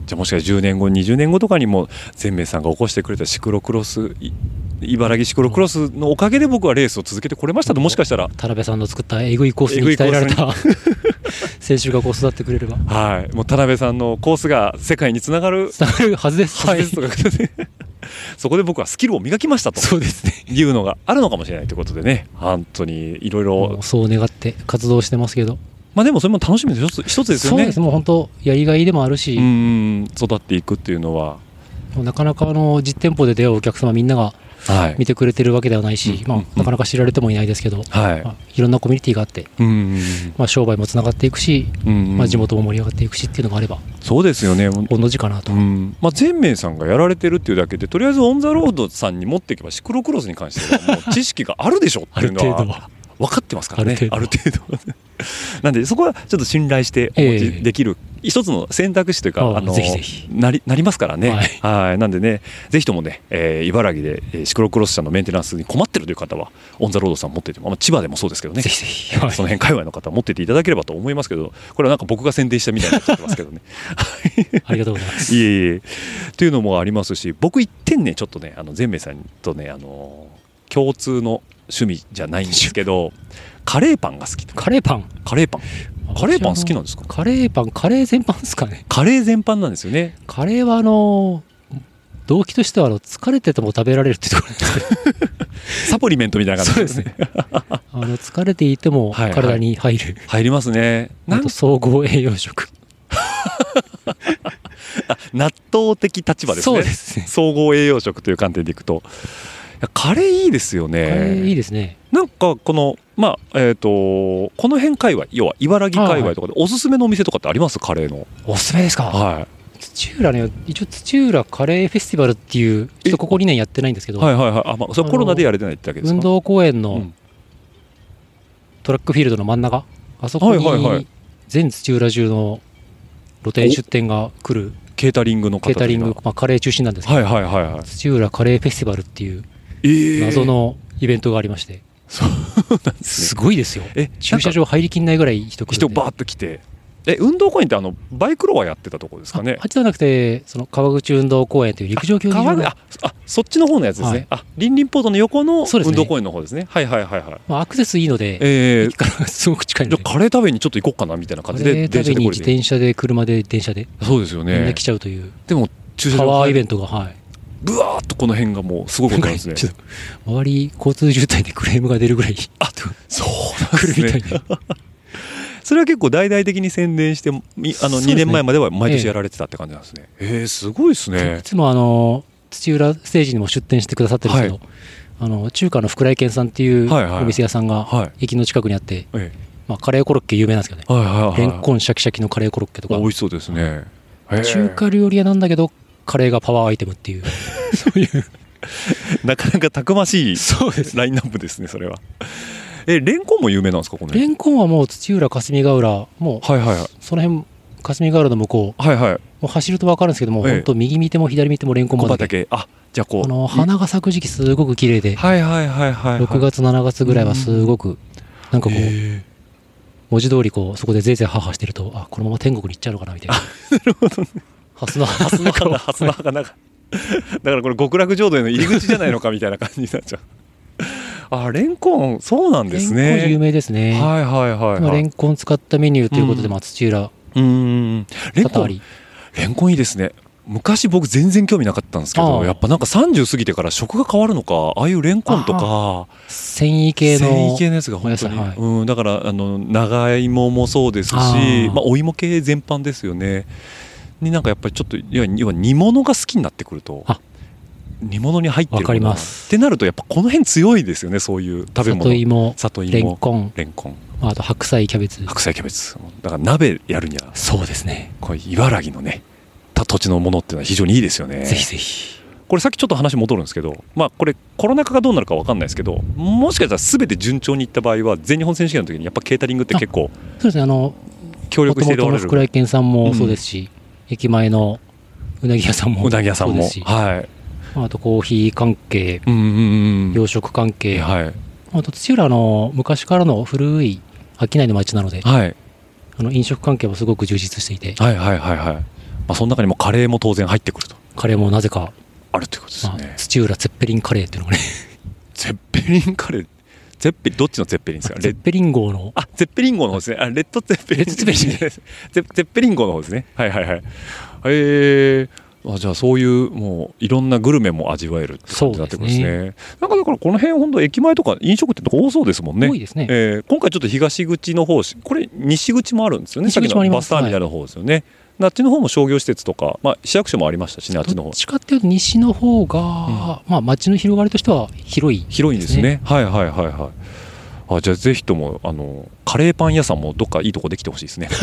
じゃあもしかしたらじゅうねんごにじゅうねんごとかにも善明さんが起こしてくれたシクロクロス、茨城シクロクロスのおかげで僕はレースを続けてこれましたと、もしかしたら田辺さんの作ったえぐいコースに鍛えられた選手がこう育ってくれれば、 はい、もう田辺さんのコースが世界につながるつながるはずです、 はい、そこで僕はスキルを磨きましたとそうですねいうのがあるのかもしれないということでね、本当にいろいろそう願って活動してますけど、 まあでもそれも楽しみの一つ一つですよね。 そうです、もう本当やりがいでもあるし、 うん育っていくっていうのはなかなかあの実店舗で出会うお客様みんなが見てくれてるわけではないし、はい、まあ、なかなか知られてもいないですけど、はいまあ、いろんなコミュニティがあって、うんまあ、商売もつながっていくし、うんまあ、地元も盛り上がっていくしっていうのがあればそうですよね、 同じかなと、 うんまあ、善明さんがやられてるっていうだけでとりあえずオン・ザ・ロードさんに持っていけばシクロクロスに関してはもう知識があるでしょっていうのは分かってますからね、ある程度なんでそこはちょっと信頼してお持ちできる一つの選択肢というか、あのぜひぜひなり、なりますからね、 はい、 はいなんでねぜひともね、えー、茨城でシクロクロス車のメンテナンスに困ってるという方はオン・ザ・ロードさん持っていても、まあ、千葉でもそうですけどね、 ぜひぜひ、はい、 その辺界隈の方は持っていていただければと思いますけど、これはなんか僕が宣伝したみたいになっちゃってますけどねありがとうございますいえいえというのもありますし、僕一点ねちょっとねあの善明さんとねあの共通の趣味じゃないんですけどカレーパンが好き。 カレーパンカレーパンカレーパン好きなんですか？ カレーパンカレー全般ですかね。 カレー全般なんですよね。 カレーはあの動機としてはあの疲れてても食べられるっていうところなんですけどサプリメントみたいな感じですねあの疲れていても体に入る、はいはい、 入りますね。 あと総合栄養食あ納豆的立場ですね。 そうですね、 総合栄養食という観点でいくとカレーいいですよね。 カレーいいですね。 なんかこのまあえー、とこの辺界隈、要は茨城界隈とかでおすすめのお店とかってあります？カレーのおすすめですか？ はい、 土浦ね、一応土浦カレーフェスティバルっていうちょっとここにねんやってないんですけど、 はいはいはい、あ、まあ、それコロナでやれてないってだけですか？ 運動公園のトラックフィールドの真ん中、あそこに全土浦中の露店出店が来るケータリングの方ケータリング、まあ、カレー中心なんですけど、 はいはいはいはい、 土浦カレーフェスティバルっていう謎のイベントがありまして、えー、 そうなんですね、 すごいですよ。え駐車場入りきんないぐらい人来るんで、 人バーッと来て、え運動公園ってあのバイクロアやってたとこですかね？ あっちではなくてその川口運動公園という陸上競技場のあ, あそっちの方のやつですね、はい、あリンリンポートの横の運動公園の方ですね。はいはいはいはい、 まあ、アクセスいいので、えー、駅からすごく近いので、 じゃカレー食べにちょっと行こうかなみたいな感じで、 カレー食べに自転車で車で電車で、 そうですよね、 みんな来ちゃうという。 でも駐車場パワーイベントが、はい、 ブワーッとこの辺がもうすごくですねちょっと周り交通渋滞でクレームが出るぐらい、 あそうなんですね来るみたいなそれは結構大々的に宣伝してあのにねんまえまでは毎年やられてたって感じなんですね。えー、えー、すごいですね。 いつもあの土浦ステージにも出店してくださってるんですけど、はい、あの中華の福来軒さんっていうお店屋さんが駅の近くにあって、はいはい、まあ、カレーコロッケ有名なんですけどね、はいはいはい、レンコンシャキシャキのカレーコロッケとか美味しそうですね。 中華料理屋なんだけどカレーがパワーアイテムっていうそういうなかなかたくましいラインナップですね、それは。えレンコンも有名なんですか？このレンコンはもう土浦霞ヶ浦、もう、はいはいはい、その辺霞ヶ浦の向こう、はいはい、もう走ると分かるんですけども、ええ、本当右見ても左見てもレンコン畑。 あじゃあこうあの花が咲く時期すごく綺麗で、 はいはいはいはいはい、 ろくがつしちがつぐらいはすごくなんかこう文字通りこうそこでぜいぜいハハしてると、あこのまま天国に行っちゃうのかなみたいな。 なるほどね。 ハスのハスの花ハスの花だからこれ極楽浄土への入り口じゃないのかみたいな感じになっちゃう。あレンコンそうなんですね。 レンコン有名ですね。 はいはいはい、はい、 レンコン使ったメニューということで、うん、土浦うんレンコンレンコンいいですね。昔僕全然興味なかったんですけど、やっぱなんかさんじゅう過ぎてから食が変わるのか、ああいうレンコンとか繊維系の繊維系のやつが本当に、はい、うん、だからあの長芋もそうですし、あ、まあ、お芋系全般ですよねになんかやっぱりちょっと要は煮物が好きになってくると、煮物に入ってるものってなるとやっぱこの辺強いですよね。そういう食べ物、 里芋、 里芋、 レンコン、 レンコン、 あと白菜キャベツ、 白菜キャベツ、だから鍋やるにはそうですね、 これ茨城のね土地のものっていうのは非常にいいですよね。 ぜひぜひ。 これさっきちょっと話戻るんですけど、まあこれコロナ禍がどうなるか分かんないですけど、もしかしたら全て順調にいった場合は全日本選手権の時にやっぱケータリングって結構そうですね、あの協力していただける。 元々の福来軒さんもそうですし、うん、駅前のうなぎ屋さんもそうですし、はい、あとコーヒー関係、うんうんうん、洋食関係、はい、あと土浦の昔からの古い商いの町なので、はい、あの飲食関係もすごく充実していて、 はいはいはいはい、 まあ、その中にもカレーも当然入ってくると。 カレーもなぜかあるということですね。 まあ、土浦ゼッペリンカレーっていうのがねゼッペリンカレー、ゼッペどっちのゼッペリンですか？ ゼッペリン号の、 あ、ゼッペリン号の方ですね。あ、レッドゼッペリン、レッドゼッペリンですゼッペリン号の方ですね。はいはいはい。えー、あ、じゃあそういうもういろんなグルメも味わえるって感じになってくるんですね。なんかだからこの辺本当駅前とか飲食店とか多そうですもんね。 多いですね。 えー、今回ちょっと東口の方、これ西口もあるんですよね。さっきのバスターミナルの方ですよね。はい、あっちの方も商業施設とか、まあ、市役所もありましたしね、あっちの方。 どっちかっていうと西の方が、うん、まあ街の広がりとしては広い、ね、 広いんですね。はいはいはいはい。あ、じゃあぜひともあのカレーパン屋さんもどっかいいとこできてほしいですね。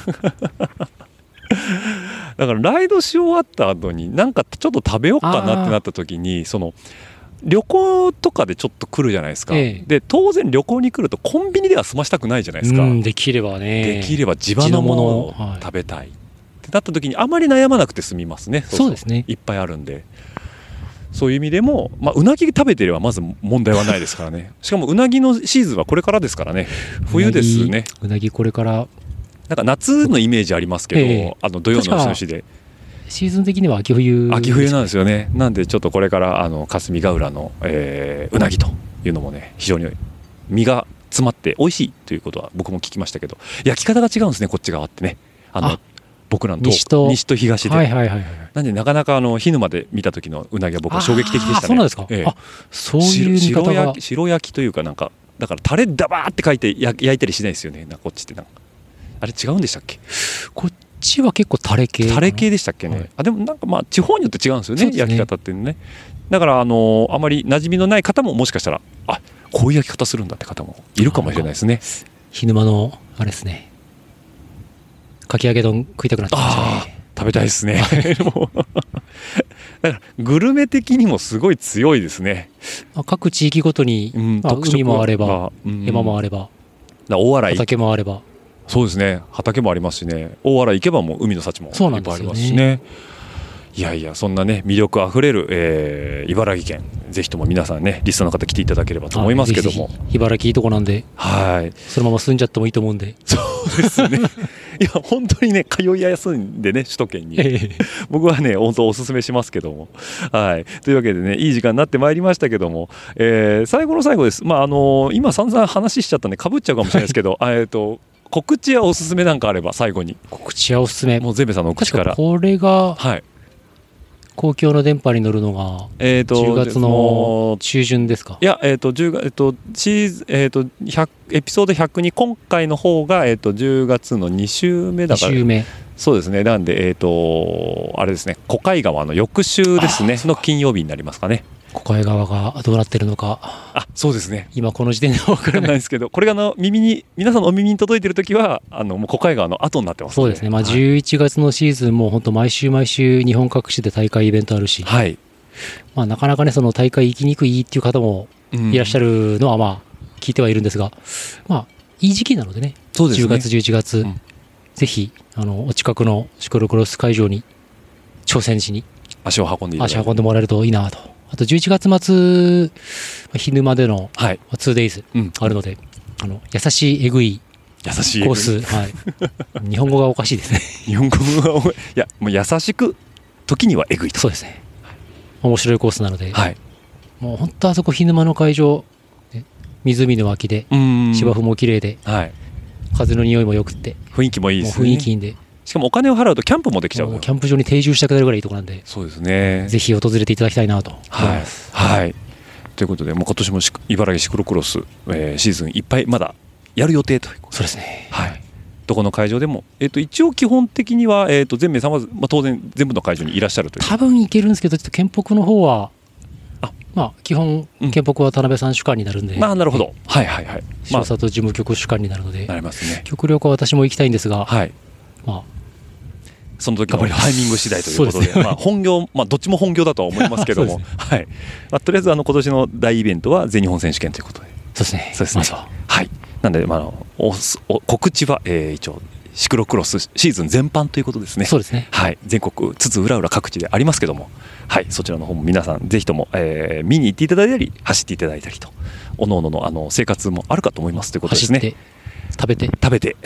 だからライドし終わった後になんかちょっと食べようかなってなった時に、その旅行とかでちょっと来るじゃないですか、ええ、で当然旅行に来るとコンビニでは済ましたくないじゃないですか。うん、 できればね、 できれば地場のものを食べたいってなった時にあまり悩まなくて済みますね。 そうですね、 いっぱいあるんで、そういう意味でも、まあ、うなぎ食べてればまず問題はないですからね。しかもうなぎのシーズンはこれからですからね。冬ですね。 うなぎこれからなんか夏のイメージありますけど、ええ、あの土曜の牛年でシーズン的には秋冬、 秋冬なんですよね。なんでちょっとこれからあの霞ヶ浦の、えー、うなぎというのもね、非常に身が詰まって美味しいということは僕も聞きましたけど、焼き方が違うんですね、こっち側ってね。あのあ僕らの西 と, 西と東で、はいはいはいはい、なんでなかなかあの涸沼で見た時のうなぎは僕は衝撃的でしたね。 そうなんですか、ええ、あ、そういう見方が 白, 白, 焼白焼きというか、なんかだからタレダバーって書いて焼いたりしないですよね。なんかこっちってなんかあれ違うんでしたっけ？ こっちは結構タレ系タレ系でしたっけね、はい、あでもなんかまあ地方によって違うんですよ ね, ね焼き方っていうのね。だからあのあまり馴染みのない方ももしかしたらあこういう焼き方するんだって方もいるかもしれないですね。 涸沼のあれですね、かき揚げ丼食いたくなってきましたね。 食べたいですね。もうだからグルメ的にもすごい強いですね。 各地域ごとに、うんまあ、海もあれば、うん、山もあれば、 大洗畑もあれば、 そうですね、畑もありますしね、大洗行けばもう海の幸もいっぱいありますしね。いやいや、そんなね魅力あふれる、えー、茨城県、ぜひとも皆さんねリスナーの方来ていただければと思いますけども、 ぜひぜひ茨城いいとこなんで、 はい、 そのまま住んじゃってもいいと思うんで。 そうですね。いや本当にね通いやすいんでね、首都圏に、えー、僕はね本当おすすめしますけども、はい、というわけでねいい時間になってまいりましたけども、えー、最後の最後です。まああのー、今散々話しちゃったんでかぶっちゃうかもしれないですけど、えっと告知やおすすめなんかあれば最後に。 告知やおすすめ、 もうゼンベさんのお口から。 これが、 はい、 公共の電波に乗るのがじゅうがつの中旬ですか？ いや、えーとじゅうがえーとシーズンえーとエピソードひゃくに、今回の方が、えーとじゅうがつのに週目だから、 に週目、 そうですね。なんでえーとあれですね、小海川の翌週ですねの金曜日になりますかね。 小海川がどうなってるのか、 あ、そうですね、 今この時点では分からないですけど、これがの耳に皆さんのお耳に届いているときはあのもう小海川の後になってます、ね、 そうですね、まあ、じゅういちがつのシーズンも本当毎週毎週日本各地で大会イベントあるし、はい、まあ、なかなかねその大会行きにくいっていう方もいらっしゃるのはまあ聞いてはいるんですが、まあいい時期なのでね、そうですね、じゅうがつじゅういちがつ、うん、ぜひあのお近くのシクロクロス会場に挑戦しに足を運んでいただいて、 足を運んでもらえるといいなと。あとじゅういちがつ末、涸沼での ツーデイズ あるので、うん、あの優しいえぐいコース、はい、日本語がおかしいですね。 日本語がいやもう優しく時にはえぐいと。 そうですね、面白いコースなので、はい、もう本当あそこ涸沼の会場、ね、湖の脇で芝生も綺麗で、はい、風の匂いもよくって雰囲気もいいですね。 雰囲気いいんで、しかもお金を払うとキャンプもできちゃう。 キャンプ場に定住したくなるぐらいいいところなんで、 そうですね、 ぜひ訪れていただきたいなと思います。 はい、はい、ということでもう今年も茨城シクロクロス、えー、シーズンいっぱいまだやる予定ということで。 そうですね、 はい、どこの会場でも、えー、と一応基本的には、えー、と全名さんは、まあ、当然全部の会場にいらっしゃるという。 多分行けるんですけど、ちょっと県北の方はあ、まあ、基本県北は田辺さん主管になるんで、 うん、まあなるほど、はいはいはい、 塩里事務局主管になるので、 なりますね、 極力は私も行きたいんですが、 はい、 まあその時のタイミング次第ということで、まあ本業、まあ、どっちも本業だとは思いますけども、はい、まあ、とりあえずあの今年の大イベントは全日本選手権ということで。 そうですね、 そうですね、はい、なんで、まあ、おお告知は、えー、一応シクロクロスシーズン全般ということですね。 そうですね、 はい、全国津々浦々各地でありますけども、はい、そちらの方も皆さんぜひとも、えー、見に行っていただいたり走っていただいたりと、おのおののあの生活もあるかと思いますということですね。 走って食べて食べて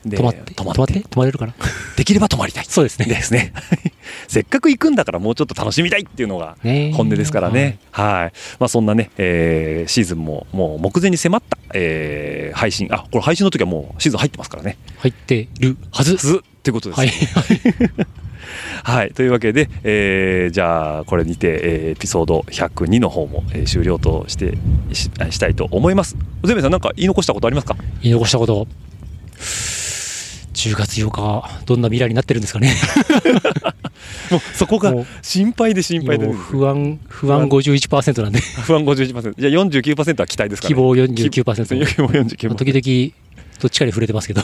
で泊まって、泊まって、泊まれるかなできれば泊まりたい。 そうですね。 ですね。せっかく行くんだからもうちょっと楽しみたいっていうのが本音ですからね。はい。まあそんなね、えー、シーズンももう目前に迫った、えー、配信、あ、これ配信の時はもうシーズン入ってますからね。 入ってるはず。 ずってことです、 ね。 はい。はい。というわけで、えー、じゃあこれにて、えー、エピソードひゃくにの方も、えー、終了として し, したいと思います。ゼメさんなんか言い残したことありますか？ 言い残したこと。じゅうがつようかどんな未来になってるんですかね。 もうそこが心配で心配で、 不安不安 ごじゅういちパーセント なんで不安 ごじゅういちパーセント じゃあ よんじゅうきゅうパーセント は期待ですかね。 希望 よんじゅうきゅうパーセント希望 よんじゅうきゅうパーセント時々どっちかに触れてますけど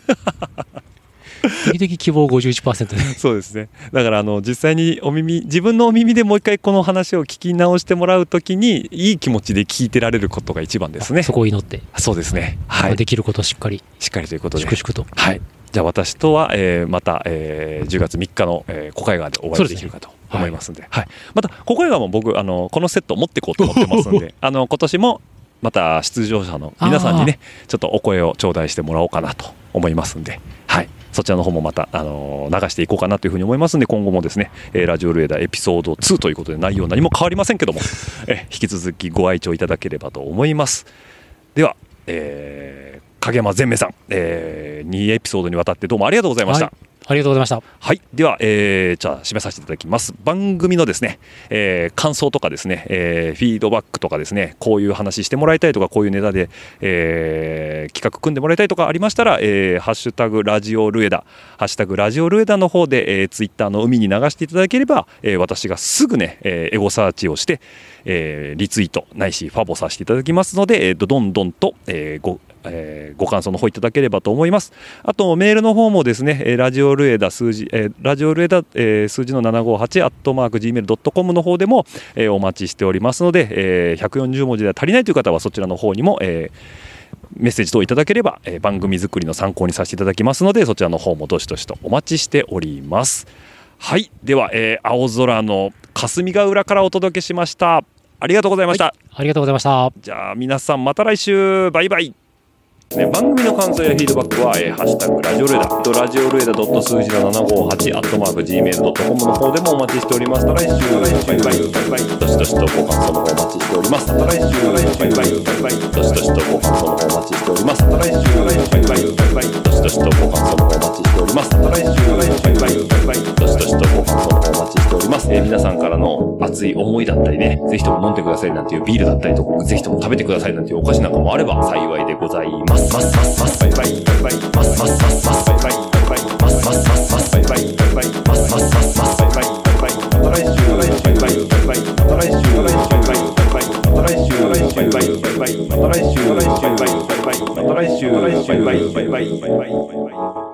時々希望 ごじゅういちパーセント でそうですね。だからあの実際にお耳自分のお耳でもう一回この話を聞き直してもらうときにいい気持ちで聞いてられることが一番ですね。 そこを祈って。 そうですね。はい。 できることをしっかりしっかりということで粛々と。 はい。じゃあ私とは、えー、また、えー、じゅうがつみっかの、えー、小海岸でお会いできるかと思いますので、はい、はい、また小海岸も僕あのこのセット持っていこうと思ってますのであの今年もまた出場者の皆さんにねちょっとお声を頂戴してもらおうかなと思いますんで、はい、そちらの方もまた、あのー、流していこうかなというふうに思いますので今後もですね、えー、ラジオルエダエピソードツーということで内容何も変わりませんけども、えー、引き続きご愛聴いただければと思います。では、えー影山善明さん、えー、にエピソードにわたってどうもありがとうございました。 はい、ありがとうございました。 はい、では、えー、じゃあ締めさせていただきます。番組のですね、えー、感想とかですね、えー、フィードバックとかですね、こういう話してもらいたいとかこういうネタで、えー、企画組んでもらいたいとかありましたら、えー、ハッシュタグラジオルエダハッシュタグラジオルエダの方で、えー、ツイッターの海に流していただければ、えー、私がすぐね、えー、エゴサーチをして、えー、リツイートないしファボさせていただきますので、えー、どんどんと、えー、ごえー、ご感想の方いただければと思います。あとメールの方もですね、ラジオルエダ数字、えー、ラジオルエダ、えー、数字のななごはちアットマーク ジーメールドットコム の方でも、えー、お待ちしておりますので、えー、ひゃくよんじゅうもじでは足りないという方はそちらの方にも、えー、メッセージ等いただければ、えー、番組作りの参考にさせていただきますので、そちらの方もどしどしとお待ちしております。はい、では、えー、青空の霞ヶ浦からお届けしました。ありがとうございました。はい、 ありがとうございました。 じゃあ皆さんまた来週、バイバイ。ね、番組の感想やフィードバックは、えー、ハッシュタグラジオルエダとラジオルエダドット数字のななごはちアットマーク ジーメールドットコム の方でもお待ちしております。来週バイバイバイバイどしどしとご感想の方お待ちしております。来週バイバイバイバイどしどしとご感想の方お待ちしております。来週バイバイバイバイどしどしとご感想の方お待ちしております。来週バイバイバイバイどしどしとご感想の方お待ちしております。えー、皆さんからの熱い思いだったりね、ぜひとも飲んでくださいなんていうビールだったりとか、ぜひとも食べてくださいなんていうお菓子なんかもあれば幸いでございます。ますますますバイバイバイバイマスマスマスマスバイバイバイバイマスマスマスマスバイバイバイバイマスマスマスマスバイバイバイバイまた来週バイバイバイバイまた来週バイバイバイバイまた来週バイバイバイバイまた来週バイバイバイバイまた来週バイバイバイバイバイバイバイ